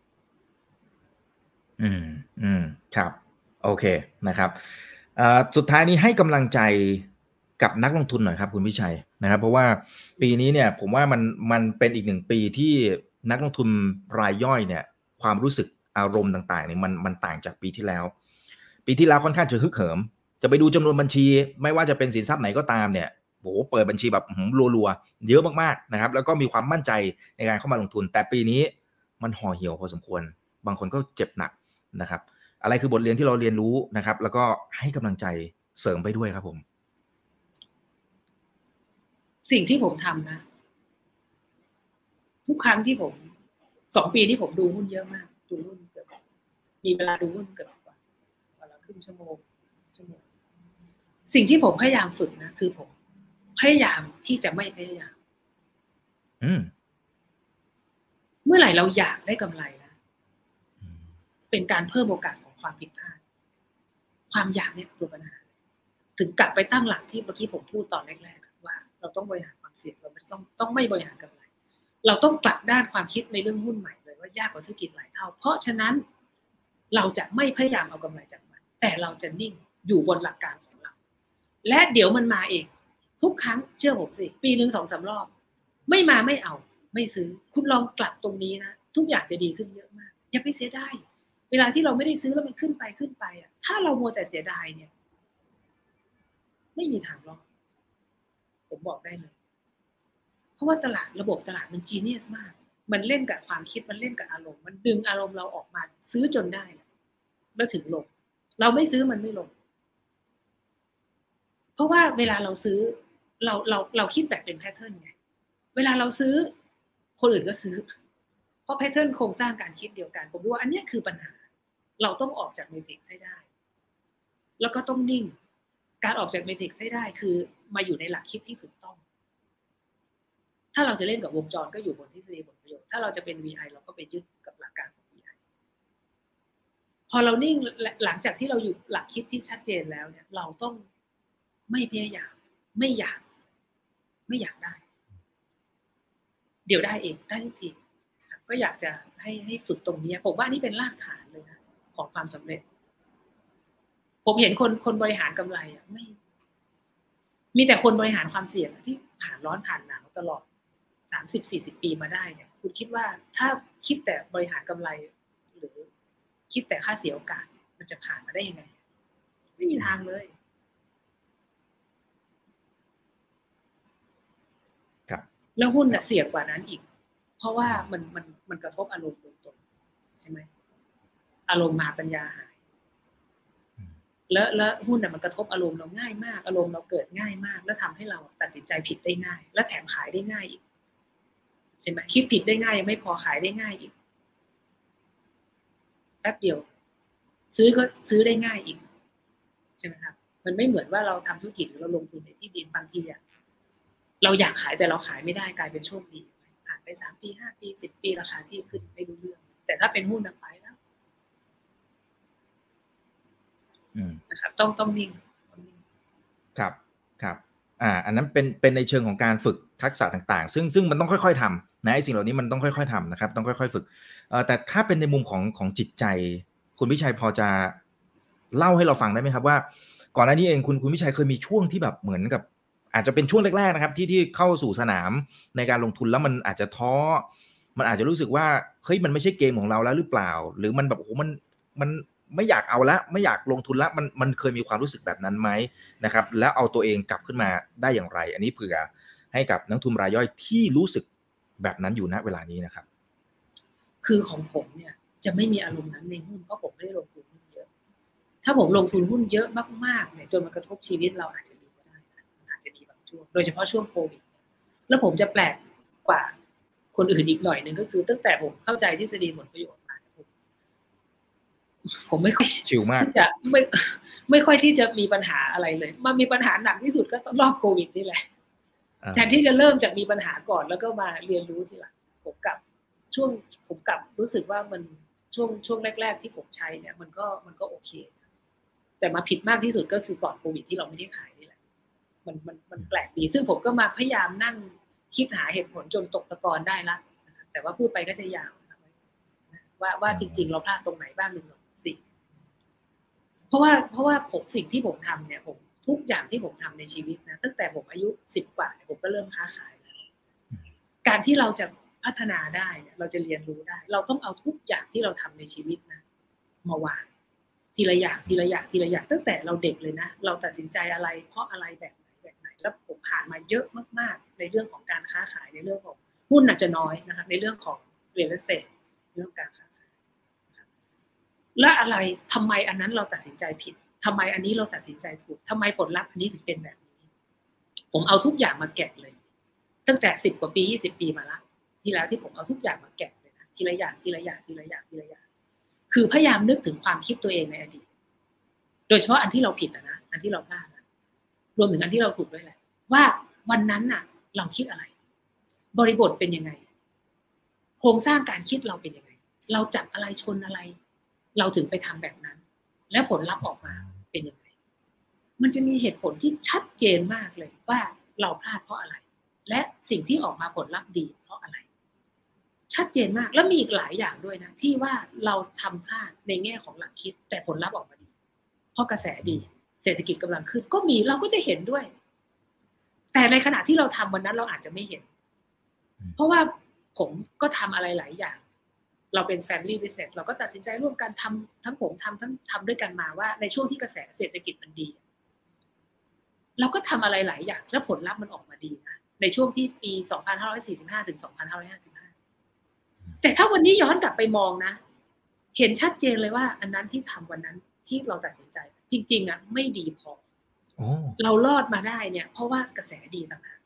อืมอืมครับโอเคนะครับสุดท้ายนี้ให้กำลังใจกับนักลงทุนหน่อยครับคุณวิชัยนะครับเพราะว่าปีนี้เนี่ยผมว่ามันมันเป็นอีกหนึ่งปีที่นักลงทุนรายย่อยเนี่ยความรู้สึกอารมณ์ต่างๆเนี่ยมันมันต่างจากปีที่แล้วปีที่แล้วค่อนข้างจะฮึกเหิมจะไปดูจำนวนบัญชีไม่ว่าจะเป็นสินทรัพย์ไหนก็ตามเนี่ยโอ้โหเปิดบัญชีแบบรัวๆเยอะมากๆนะครับแล้วก็มีความมั่นใจในการเข้ามาลงทุนแต่ปีนี้มันห่อเหี่ยวพอสมควรบางคนก็เจ็บหนักนะครับอะไรคือบทเรียนที่เราเรียนรู้นะครับแล้วก็ให้กำลังใจเสริมไปด้วยครับผมสิ่งที่ผมทำนะทุกครั้งที่ผมสองปีที่ผมดูหุ้นเยอะมากดูหุ้นเกือบมีเวลาดูหุ้นเกือบกว่าวันละครึ่งชั่วโมงชั่วโมงสิ่งที่ผมพยายามฝึกนะคือผมพยายามที่จะไม่พยายามเมื่อไหร่เราอยากได้กำไรนะเป็นการเพิ่มโอกาสของความผิดพลาดความอยากเนี่ยตัวปัญหาถึงกลับไปตั้งหลักที่เมื่อกี้ผมพูดตอนแรกๆว่าเราต้องบริหารความเสี่ยงเราไม่ต้องต้องไม่บริหารกำไรเราต้องกลับด้านความคิดในเรื่องหุ้นใหม่เลยว่ายากกว่าธุรกิจหลายเท่าเพราะฉะนั้นเราจะไม่พยายามเอากำไรจากมันแต่เราจะนิ่งอยู่บนหลักการของเราและเดี๋ยวมันมาเองทุกครั้งเชื่อผมสิปีหนึ่งสองสามรอบไม่มาไม่เอาไม่ซื้อคุณลองกลับตรงนี้นะทุกอย่างจะดีขึ้นเยอะมากอย่าไปเสียดายเวลาที่เราไม่ได้ซื้อแล้วมันขึ้นไปขึ้นไปอ่ะถ้าเรามัวแต่เสียดายเนี่ยไม่มีทางรอดผมบอกได้เลยเพราะว่าตลาดระบบตลาดมันจีเนียสมากมันเล่นกับความคิดมันเล่นกับอารมณ์มันดึงอารมณ์เราออกมาซื้อจนได้แล้วถึงลงเราไม่ซื้อมันไม่ลงเพราะว่าเวลาเราซื้อเราเราเราคิดแบบเป็นแพทเทิร์นไงเวลาเราซื้อคนอื่นก็ซื้อเพราะแพทเทิร์นโครงสร้างการคิดเดียวกันผมว่าอันนี้คือปัญหาเราต้องออกจากเมทริกซ์ให้ได้แล้วก็ต้องนิ่งการออกจากเมทริกซ์ให้ได้คือมาอยู่ในหลักคิดที่ถูกต้องถ้าเราจะเล่นกับวงจรก็อยู่บนทฤษฎีผลประโยชน์ถ้าเราจะเป็น วี ไอ เราก็ไปยึดกับหลักการของ วี ไอ พพอเรานิ่งหลังจากที่เราอยู่หลักคิดที่ชัดเจนแล้วเนี่ยเราต้องไม่พยายามไม่อยากไม่อยากได้เดี๋ยวได้เองได้ทุกทีก็อยากจะให้ให้ฝึกตรงนี้ผมว่านี่เป็นรากฐานเลยนะของความสำเร็จผมเห็นคนคนบริหารกำไรอ่ะไม่มีแต่คนบริหารความเสี่ยงที่ผ่านร้อนผ่านหนาวตลอดสามสิบสี่สิบปีมาได้เนี่ยคุณคิดว่าถ้าคิดแต่บริหารกำไรหรือคิดแต่ค่าเสียโอกาสมันจะผ่านมาได้ยังไงไม่มีทางเลยครับแล้วหุ้นน่ะเสี่ยงกว่านั้นอีกเพราะว่ามันมันมันกระทบอารมณ์ตรงๆใช่ไหมอารมณ์มาปัญญาหายแล้วแล้วหุ้นน่ะมันกระทบอารมณ์เราง่ายมากอารมณ์เราเกิดง่ายมากแล้วทำให้เราตัดสินใจผิดได้ง่ายและแถมขายได้ง่ายอีกใช่ไหมคิดผิดได้ง่ายยังไม่พอขายได้ง่ายอีกแป๊บเดียวซื้อก็ซื้อได้ง่ายอีกใช่ไหมครับมันไม่เหมือนว่าเราทำธุรกิจหรือเราลงทุนในที่ดินบางทีอ่ะเราอยากขายแต่เราขายไม่ได้กลายเป็นโชคดีผ่านไปสามปีห้าปีสิบปีราคาที่ขึ้นไม่รู้เรื่องแต่ถ้าเป็นหุ้นนะไปแล้วนะครับต้องต้องนิ่งครับครับอ่าอันนั้นเป็นเป็นในเชิงของการฝึกทักษะต่างๆซึ่งซึ่งมันต้องค่อยๆทำนะไอ้สิ่งเหล่านี้มันต้องค่อยๆทำนะครับต้องค่อยๆฝึกเอ่อแต่ถ้าเป็นในมุมของของจิตใจคุณวิชัยพอจะเล่าให้เราฟังได้ไหมครับว่าก่อนหน้านี้เองคุณคุณวิชัยเคยมีช่วงที่แบบเหมือนกับอาจจะเป็นช่วงแรกๆนะครับที่ที่เข้าสู่สนามในการลงทุนแล้วมันอาจจะท้อมันอาจจะรู้สึกว่าเฮ้ยมันไม่ใช่เกมของเราแล้วหรือเปล่าหรือมันแบบโอ้โหมันมันไม่อยากเอาละไม่อยากลงทุนละมันมันเคยมีความรู้สึกแบบนั้นไหมนะครับแล้วเอาตัวเองกลับขึ้นมาได้อย่างไรอันนี้เผื่อให้กับนักทุนรายย่อยที่รู้สึกแบบนั้นอยู่ณเวลานี้นะครับคือของผมเนี่ยจะไม่มีอารมณ์นั้นในหุ้นเพราะผมไม่ได้ลงทุนหุ้นเยอะถ้าผมลงทุนหุ้นเยอะมากๆเนี่ยจนมันกระทบชีวิตเราอาจจะมีก็ได้อาจจะมีบางช่วงโดยเฉพาะช่วงโควิดแล้วผมจะแปลกกว่าคนอื่นอีกหน่อยนึงก็คือตั้งแต่ผมเข้าใจทฤษฎีผลประโยชน์มาผมผมไม่ค่อยชิลมากที่จะไม่ไม่ค่อยที่จะมีปัญหาอะไรเลยมามีปัญหาหนักที่สุดก็รอบโควิดนี่แหละแทนที่จะเริ่มจากมีปัญหาก่อนแล้วก็มาเรียนรู้ทีหลังผมกลับช่วงผมกลับรู้สึกว่ามันช่วงช่วงแรกๆที่ผมใช้เนี่ยมันก็มันก็โอเคแต่มาผิดมากที่สุดก็คือก่อนโควิดที่เราไม่ได้ขายนี่แหละมันมันมันแปลกดีซึ่งผมก็มาพยายามนั่งคิดหาเหตุผลจนตกตะกอนได้ละแต่ว่าพูดไปก็จะยาวว่าว่าจริงๆเราพลาดตรงไหนบ้างหนึ่งสองสี่เพราะว่าเพราะว่าผมสิ่งที่ผมทำเนี่ยผมทุกอย่างที่ผมทำในชีวิตนะตั้งแต่ผมอายุสิบกว่าผมก็เริ่มค้าขายแล้วการที่เราจะพัฒนาได้เราจะเรียนรู้ได้เราต้องเอาทุกอย่างที่เราทำในชีวิตนะมาวางทีละอย่างทีละอย่างทีละอย่างตั้งแต่เราเด็กเลยนะเราตัดสินใจอะไรเพราะอะไรแบบไหนแบบไหนแล้วผมผ่านมาเยอะมากๆในเรื่องของการค้าขายในเรื่องของหุ้นอาจจะน้อยนะครับในเรื่องของ real estate เรื่องการค้าขายและอะไรทำไมอันนั้นเราตัดสินใจผิดทำไมอันนี้เราตัดสินใจถูกทำไมผลลัพธ์อันนี้ถึงเป็นแบบนี้ผมเอาทุกอย่างมาแกะเลยตั้งแต่สิบกว่าปียี่สิบปีมาละที่แล้วที่ผมเอาทุกอย่างมาแกะเลยนะทีละอย่างทีละอย่างทีละอย่างทีละอย่างคือพยายามนึกถึงความคิดตัวเองในอดีตโดยเฉพาะอันที่เราผิดนะนะอันที่เราพลาดนะรวมถึงอันที่เราถูกด้วยแหละว่าวันนั้นน่ะเราคิดอะไรบริบทเป็นยังไงโครงสร้างการคิดเราเป็นยังไงเราจับอะไรชนอะไรเราถึงไปทำแบบนั้นและผลลัพธ์ออกมาเป็นยังไงมันจะมีเหตุผลที่ชัดเจนมากเลยว่าเราพลาดเพราะอะไรและสิ่งที่ออกมาผลลัพธ์ดีเพราะอะไรชัดเจนมากแล้วมีอีกหลายอย่างด้วยนะที่ว่าเราทำพลาดในแง่ของหลักคิดแต่ผลลัพธ์ออกมาดีเพราะกระแสดีเศรษฐกิจกำลังขึ้นก็มีเราก็จะเห็นด้วยแต่ในขณะที่เราทำวันนั้นเราอาจจะไม่เห็นเพราะว่าผมก็ทำอะไรหลายอย่างเราเป็น family business เราก็ตัดสินใจร่วมกันทำทั้งผมทำทั้งทำด้วยกันมาว่าในช่วงที่กระแสเศรษฐกิจมันดีเราก็ทำอะไรหลายอย่างแล้วผลลัพธ์มันออกมาดีนะในช่วงที่ปีสองพันห้าร้อยสี่สิบห้าถึงสองพันห้าร้อยห้าสิบห้าแต่ถ้าวันนี้ย้อนกลับไปมองนะเห็นชัดเจนเลยว่าอันนั้นที่ทำวันนั้นที่เราตัดสินใจจริงๆอ่ะไม่ดีพอเรารอดมาได้เนี่ยเพราะว่ากระแสดีต่างหาก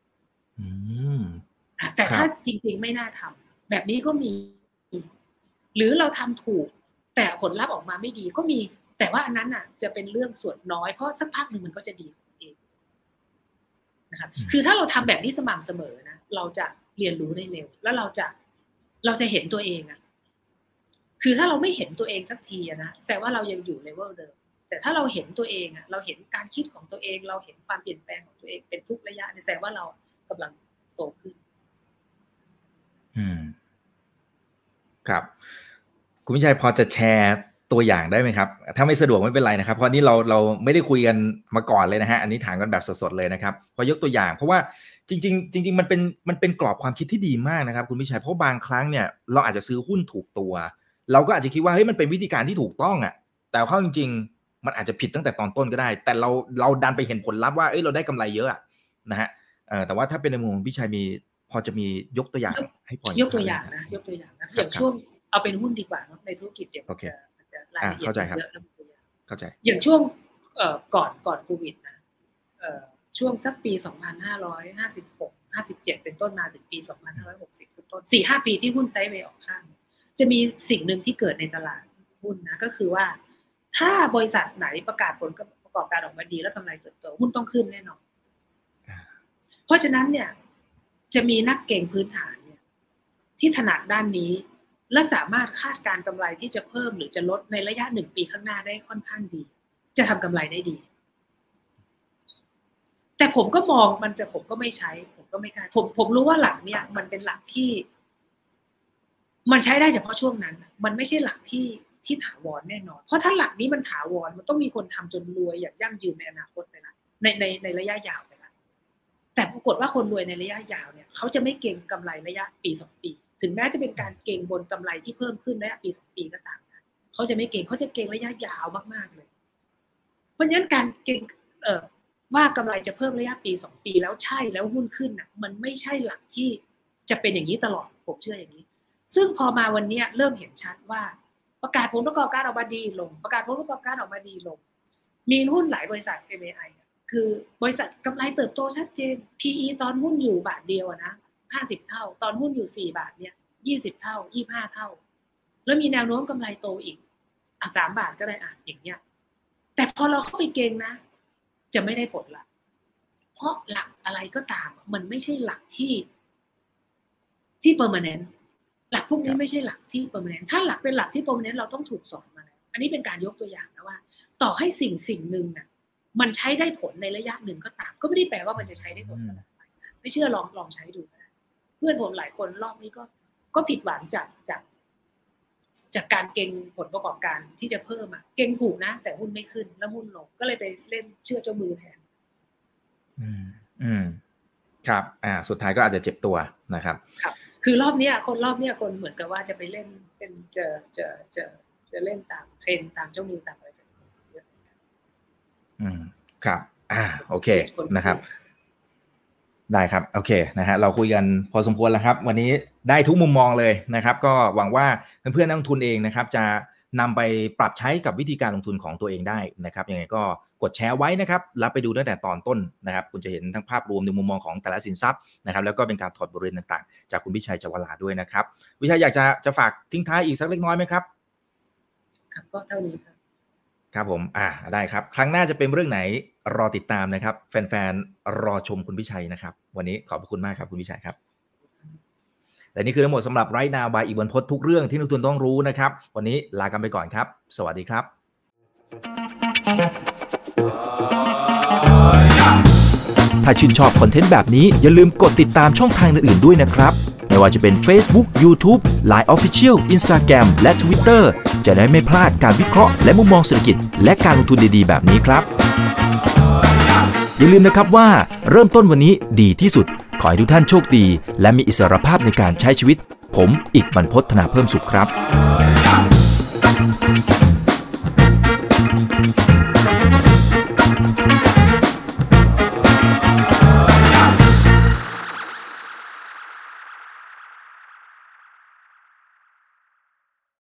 แต่ถ้าจริงๆไม่น่าทำแบบนี้ก็มีหรือเราทำถูกแต่ผลลัพธ์ออกมาไม่ดีก็มีแต่ว่าอันนั้นน่ะจะเป็นเรื่องส่วนน้อยเพราะสักพักหนึ่งมันก็จะดีเองนะครับคือถ้าเราทำแบบนี้สม่ำเสมอนะเราจะเรียนรู้ได้เร็วแล้วเราจะเราจะเห็นตัวเองอ่ะคือถ้าเราไม่เห็นตัวเองสักทีนะแสดงว่าเรายังอยู่เลเวลเดิมแต่ถ้าเราเห็นตัวเองอะเราเห็นการคิดของตัวเองเราเห็นความเปลี่ยนแปลงของตัวเองเป็นทุกระยะแสดงว่าเรากำลังโตขึ้นอืมครับคุณวิชัยพอจะแชร์ตัวอย่างได้ไหมครับถ้าไม่สะดวกไม่เป็นไรนะครับเพราะนี่เราเราไม่ได้คุยกันมาก่อนเลยนะฮะอันนี้ถามกันแบบสดๆเลยนะครับพอยกตัวอย่างเพราะว่าจริงๆจริงๆมันเป็นมันเป็นกรอบความคิดที่ดีมากนะครับคุณวิชัยเพราะบางครั้งเนี่ยเราอาจจะซื้อหุ้นถูกตัวเราก็อาจจะคิดว่าเฮ้ยมันเป็นวิธีการที่ถูกต้องอ่ะแต่เข้าจริงๆมันอาจจะผิดตั้งแต่ตอนต้นก็ได้แต่เราเราดันไปเห็นผลลัพธ์ว่าเอ้ยเราได้กำไรเยอะนะฮะเอ่อแต่ว่าถ้าเป็นในมุมของพี่ชัยมีพอจะมียกตัวอย่างให้พอยกตัวอย่างนะยกตัวอย่างนะอย่างช่วงเอาเป็นหุ้นดีกว่าเนาะในธุรกิจเดี๋ยวจะจะรายละเอียดเยอะแล้วตัวอย่างเข้าใจอย่างช่วงเอ่อก่อนก่อนโควิดนะเอ่อช่วงสักปีสองพันห้าร้อยห้าสิบหก ห้าสิบเจ็ดเป็นต้นมาถึงปีสองพันห้าร้อยหกสิบเป็นต้น สี่ห้า ปีที่หุ้นไซด์เวย์ออกข้างจะมีสิ่งนึงที่เกิดในตลาดหุ้นนะก็คือว่าถ้าบริษัทไหนประกาศผลประกอบการออกมาดีแล้วกำไรเติบโตหุ้นต้องขึ้นแน่นอนเพราะฉะนั้นเนี่ยจะมีนักเก็งพื้นฐานเนี่ยที่ถนัดด้านนี้และสามารถคาดการณ์กำไรที่จะเพิ่มหรือจะลดในระยะหนึ่งปีข้างหน้าได้ค่อนข้างดีจะทำกำไรได้ดีแต่ผมก็มองมันจะผมก็ไม่ใช้ผมก็ไม่กล้าผมผมรู้ว่าหลักเนี่ยมันเป็นหลักที่มันใช้ได้เฉพาะช่วงนั้นมันไม่ใช่หลักที่ที่ถาวรแน่นอนเพราะถ้าหลักนี้มันถาวรมันต้องมีคนทำจนรวยอย่างยั่งยืนในอนาคตไปละในในในระยะยาวไปละแต่ปรากฏว่าคนรวยในระยะยาวเนี่ยเขาจะไม่เก็งกำไรระยะปีสองปีถึงแม้จะเป็นการเก็งบนกำไรที่เพิ่มขึ้นระยะปีสองปีก็ตามนะเขาจะไม่เก็งเขาจะเก็งระยะยาวมากๆเลยเพราะฉะนั้นการเก็งเอ่อว่ากำไรจะเพิ่มระยะปีสองปีแล้วใช่แล้วหุ้นขึ้นน่ะมันไม่ใช่หลักที่จะเป็นอย่างนี้ตลอดผมเชื่ออย่างนี้ซึ่งพอมาวันนี้เริ่มเห็นชัดว่าประกาศผลประกอบการออกมาดีลงประกาศผลประกอบการออกมาดีลงมีหุ้นหลายบริษัท เอ็ม เอ ไอ คือบริษัทกำไรเติบโตชัดเจน พี อี ตอนหุ้นอยู่บาทเดียวนะห้าสิบเท่าตอนหุ้นอยู่สี่บาทเนี่ยยี่สิบเท่ายี่สิบห้าเท่าแล้วมีแนวโน้มกำไรโตอีกอ่ะสามบาทก็ได้อ่ะอย่างเงี้ยแต่พอเราเข้าไปเก็งนะจะไม่ได้ผลละเพราะหลักอะไรก็ตามมันไม่ใช่หลักที่ที่ permanent หลักพวกนี้ไม่ใช่หลักที่ permanent ถ้าหลักเป็นหลักที่ permanent เราต้องถูกสอนมาแล้วอันนี้เป็นการยกตัวอย่างนะว่าต่อให้สิ่งสิ่งหนึ่งน่ะมันใช้ได้ผลในระยะหนึ่งก็ตามก็ไม่ได้แปลว่ามันจะใช้ได้ผลตลอดไปไม่เชื่อลองลองใช้ดูนะเพื่อนผมหลายคนรอบนี้ก็ก็ผิดหวังจากจากจากการเก็งผลประกอบการที่จะเพิ่มอ่ะเก็งถูกนะแต่หุ้นไม่ขึ้นแล้วหุ้นลงก็เลยไปเล่นเชื่อเจ้ามือแทนอืมอืมครับอ่าสุดท้ายก็อาจจะเจ็บตัวนะครับครับคือรอบนี้คนรอบนี้คนเหมือนกับว่าจะไปเล่นเป็นจะจะจะจะเล่นตามเทรนตามเจ้ามือตามอะไรกันเยอะอืมครับอ่าโอเคนะครับได้ครับโอเคนะฮะเราคุยกันพอสมควรแล้วครับวันนี้ได้ทุกมุมมองเลยนะครับก็หวังว่าเพื่อนๆนักลงทุนเองนะครับจะนำไปปรับใช้กับวิธีการลงทุนของตัวเองได้นะครับยังไงก็กดแชร์ไว้นะครับแล้วไปดูตั้งแต่ตอนต้นนะครับคุณจะเห็นทั้งภาพรวมในมุมมองของแต่ละสินทรัพย์นะครับแล้วก็เป็นการถอดบทเรียนต่างๆจากคุณวิชัย จวราด้วยนะครับวิชัยอยากจะจะฝากทิ้งท้ายอีกสักเล็กน้อยไหมครับครับก็เท่านี้ครับครับผมอ่าได้ครับครั้งหน้าจะเป็นเรื่องไหนรอติดตามนะครับแฟนๆรอชมคุณวิชัยนะครับวันนี้ขอบคุณมากครับคุณวิชัยครับและนี่คือทั้งหมดสำหรับ Right Now by อีกบรรพตทุกเรื่องที่นักลงทุนต้องรู้นะครับวันนี้ลากันไปก่อนครับสวัสดีครับถ้าชื่นชอบคอนเทนต์แบบนี้อย่าลืมกดติดตามช่องทางอื่นๆด้วยนะครับไม่ว่าจะเป็น Facebook, YouTube, ไลน์ Official, Instagram และ Twitter จะได้ไม่พลาดการวิเคราะห์และมุมมองเศรษฐกิจและการลงทุนดีๆแบบนี้ครับอย่าลืมนะครับว่าเริ่มต้นวันนี้ดีที่สุดขอให้ทุกท่านโชคดีและมีอิสรภาพในการใช้ชีวิตผมอีกบรรพต ธนาเพิ่มสุขครับ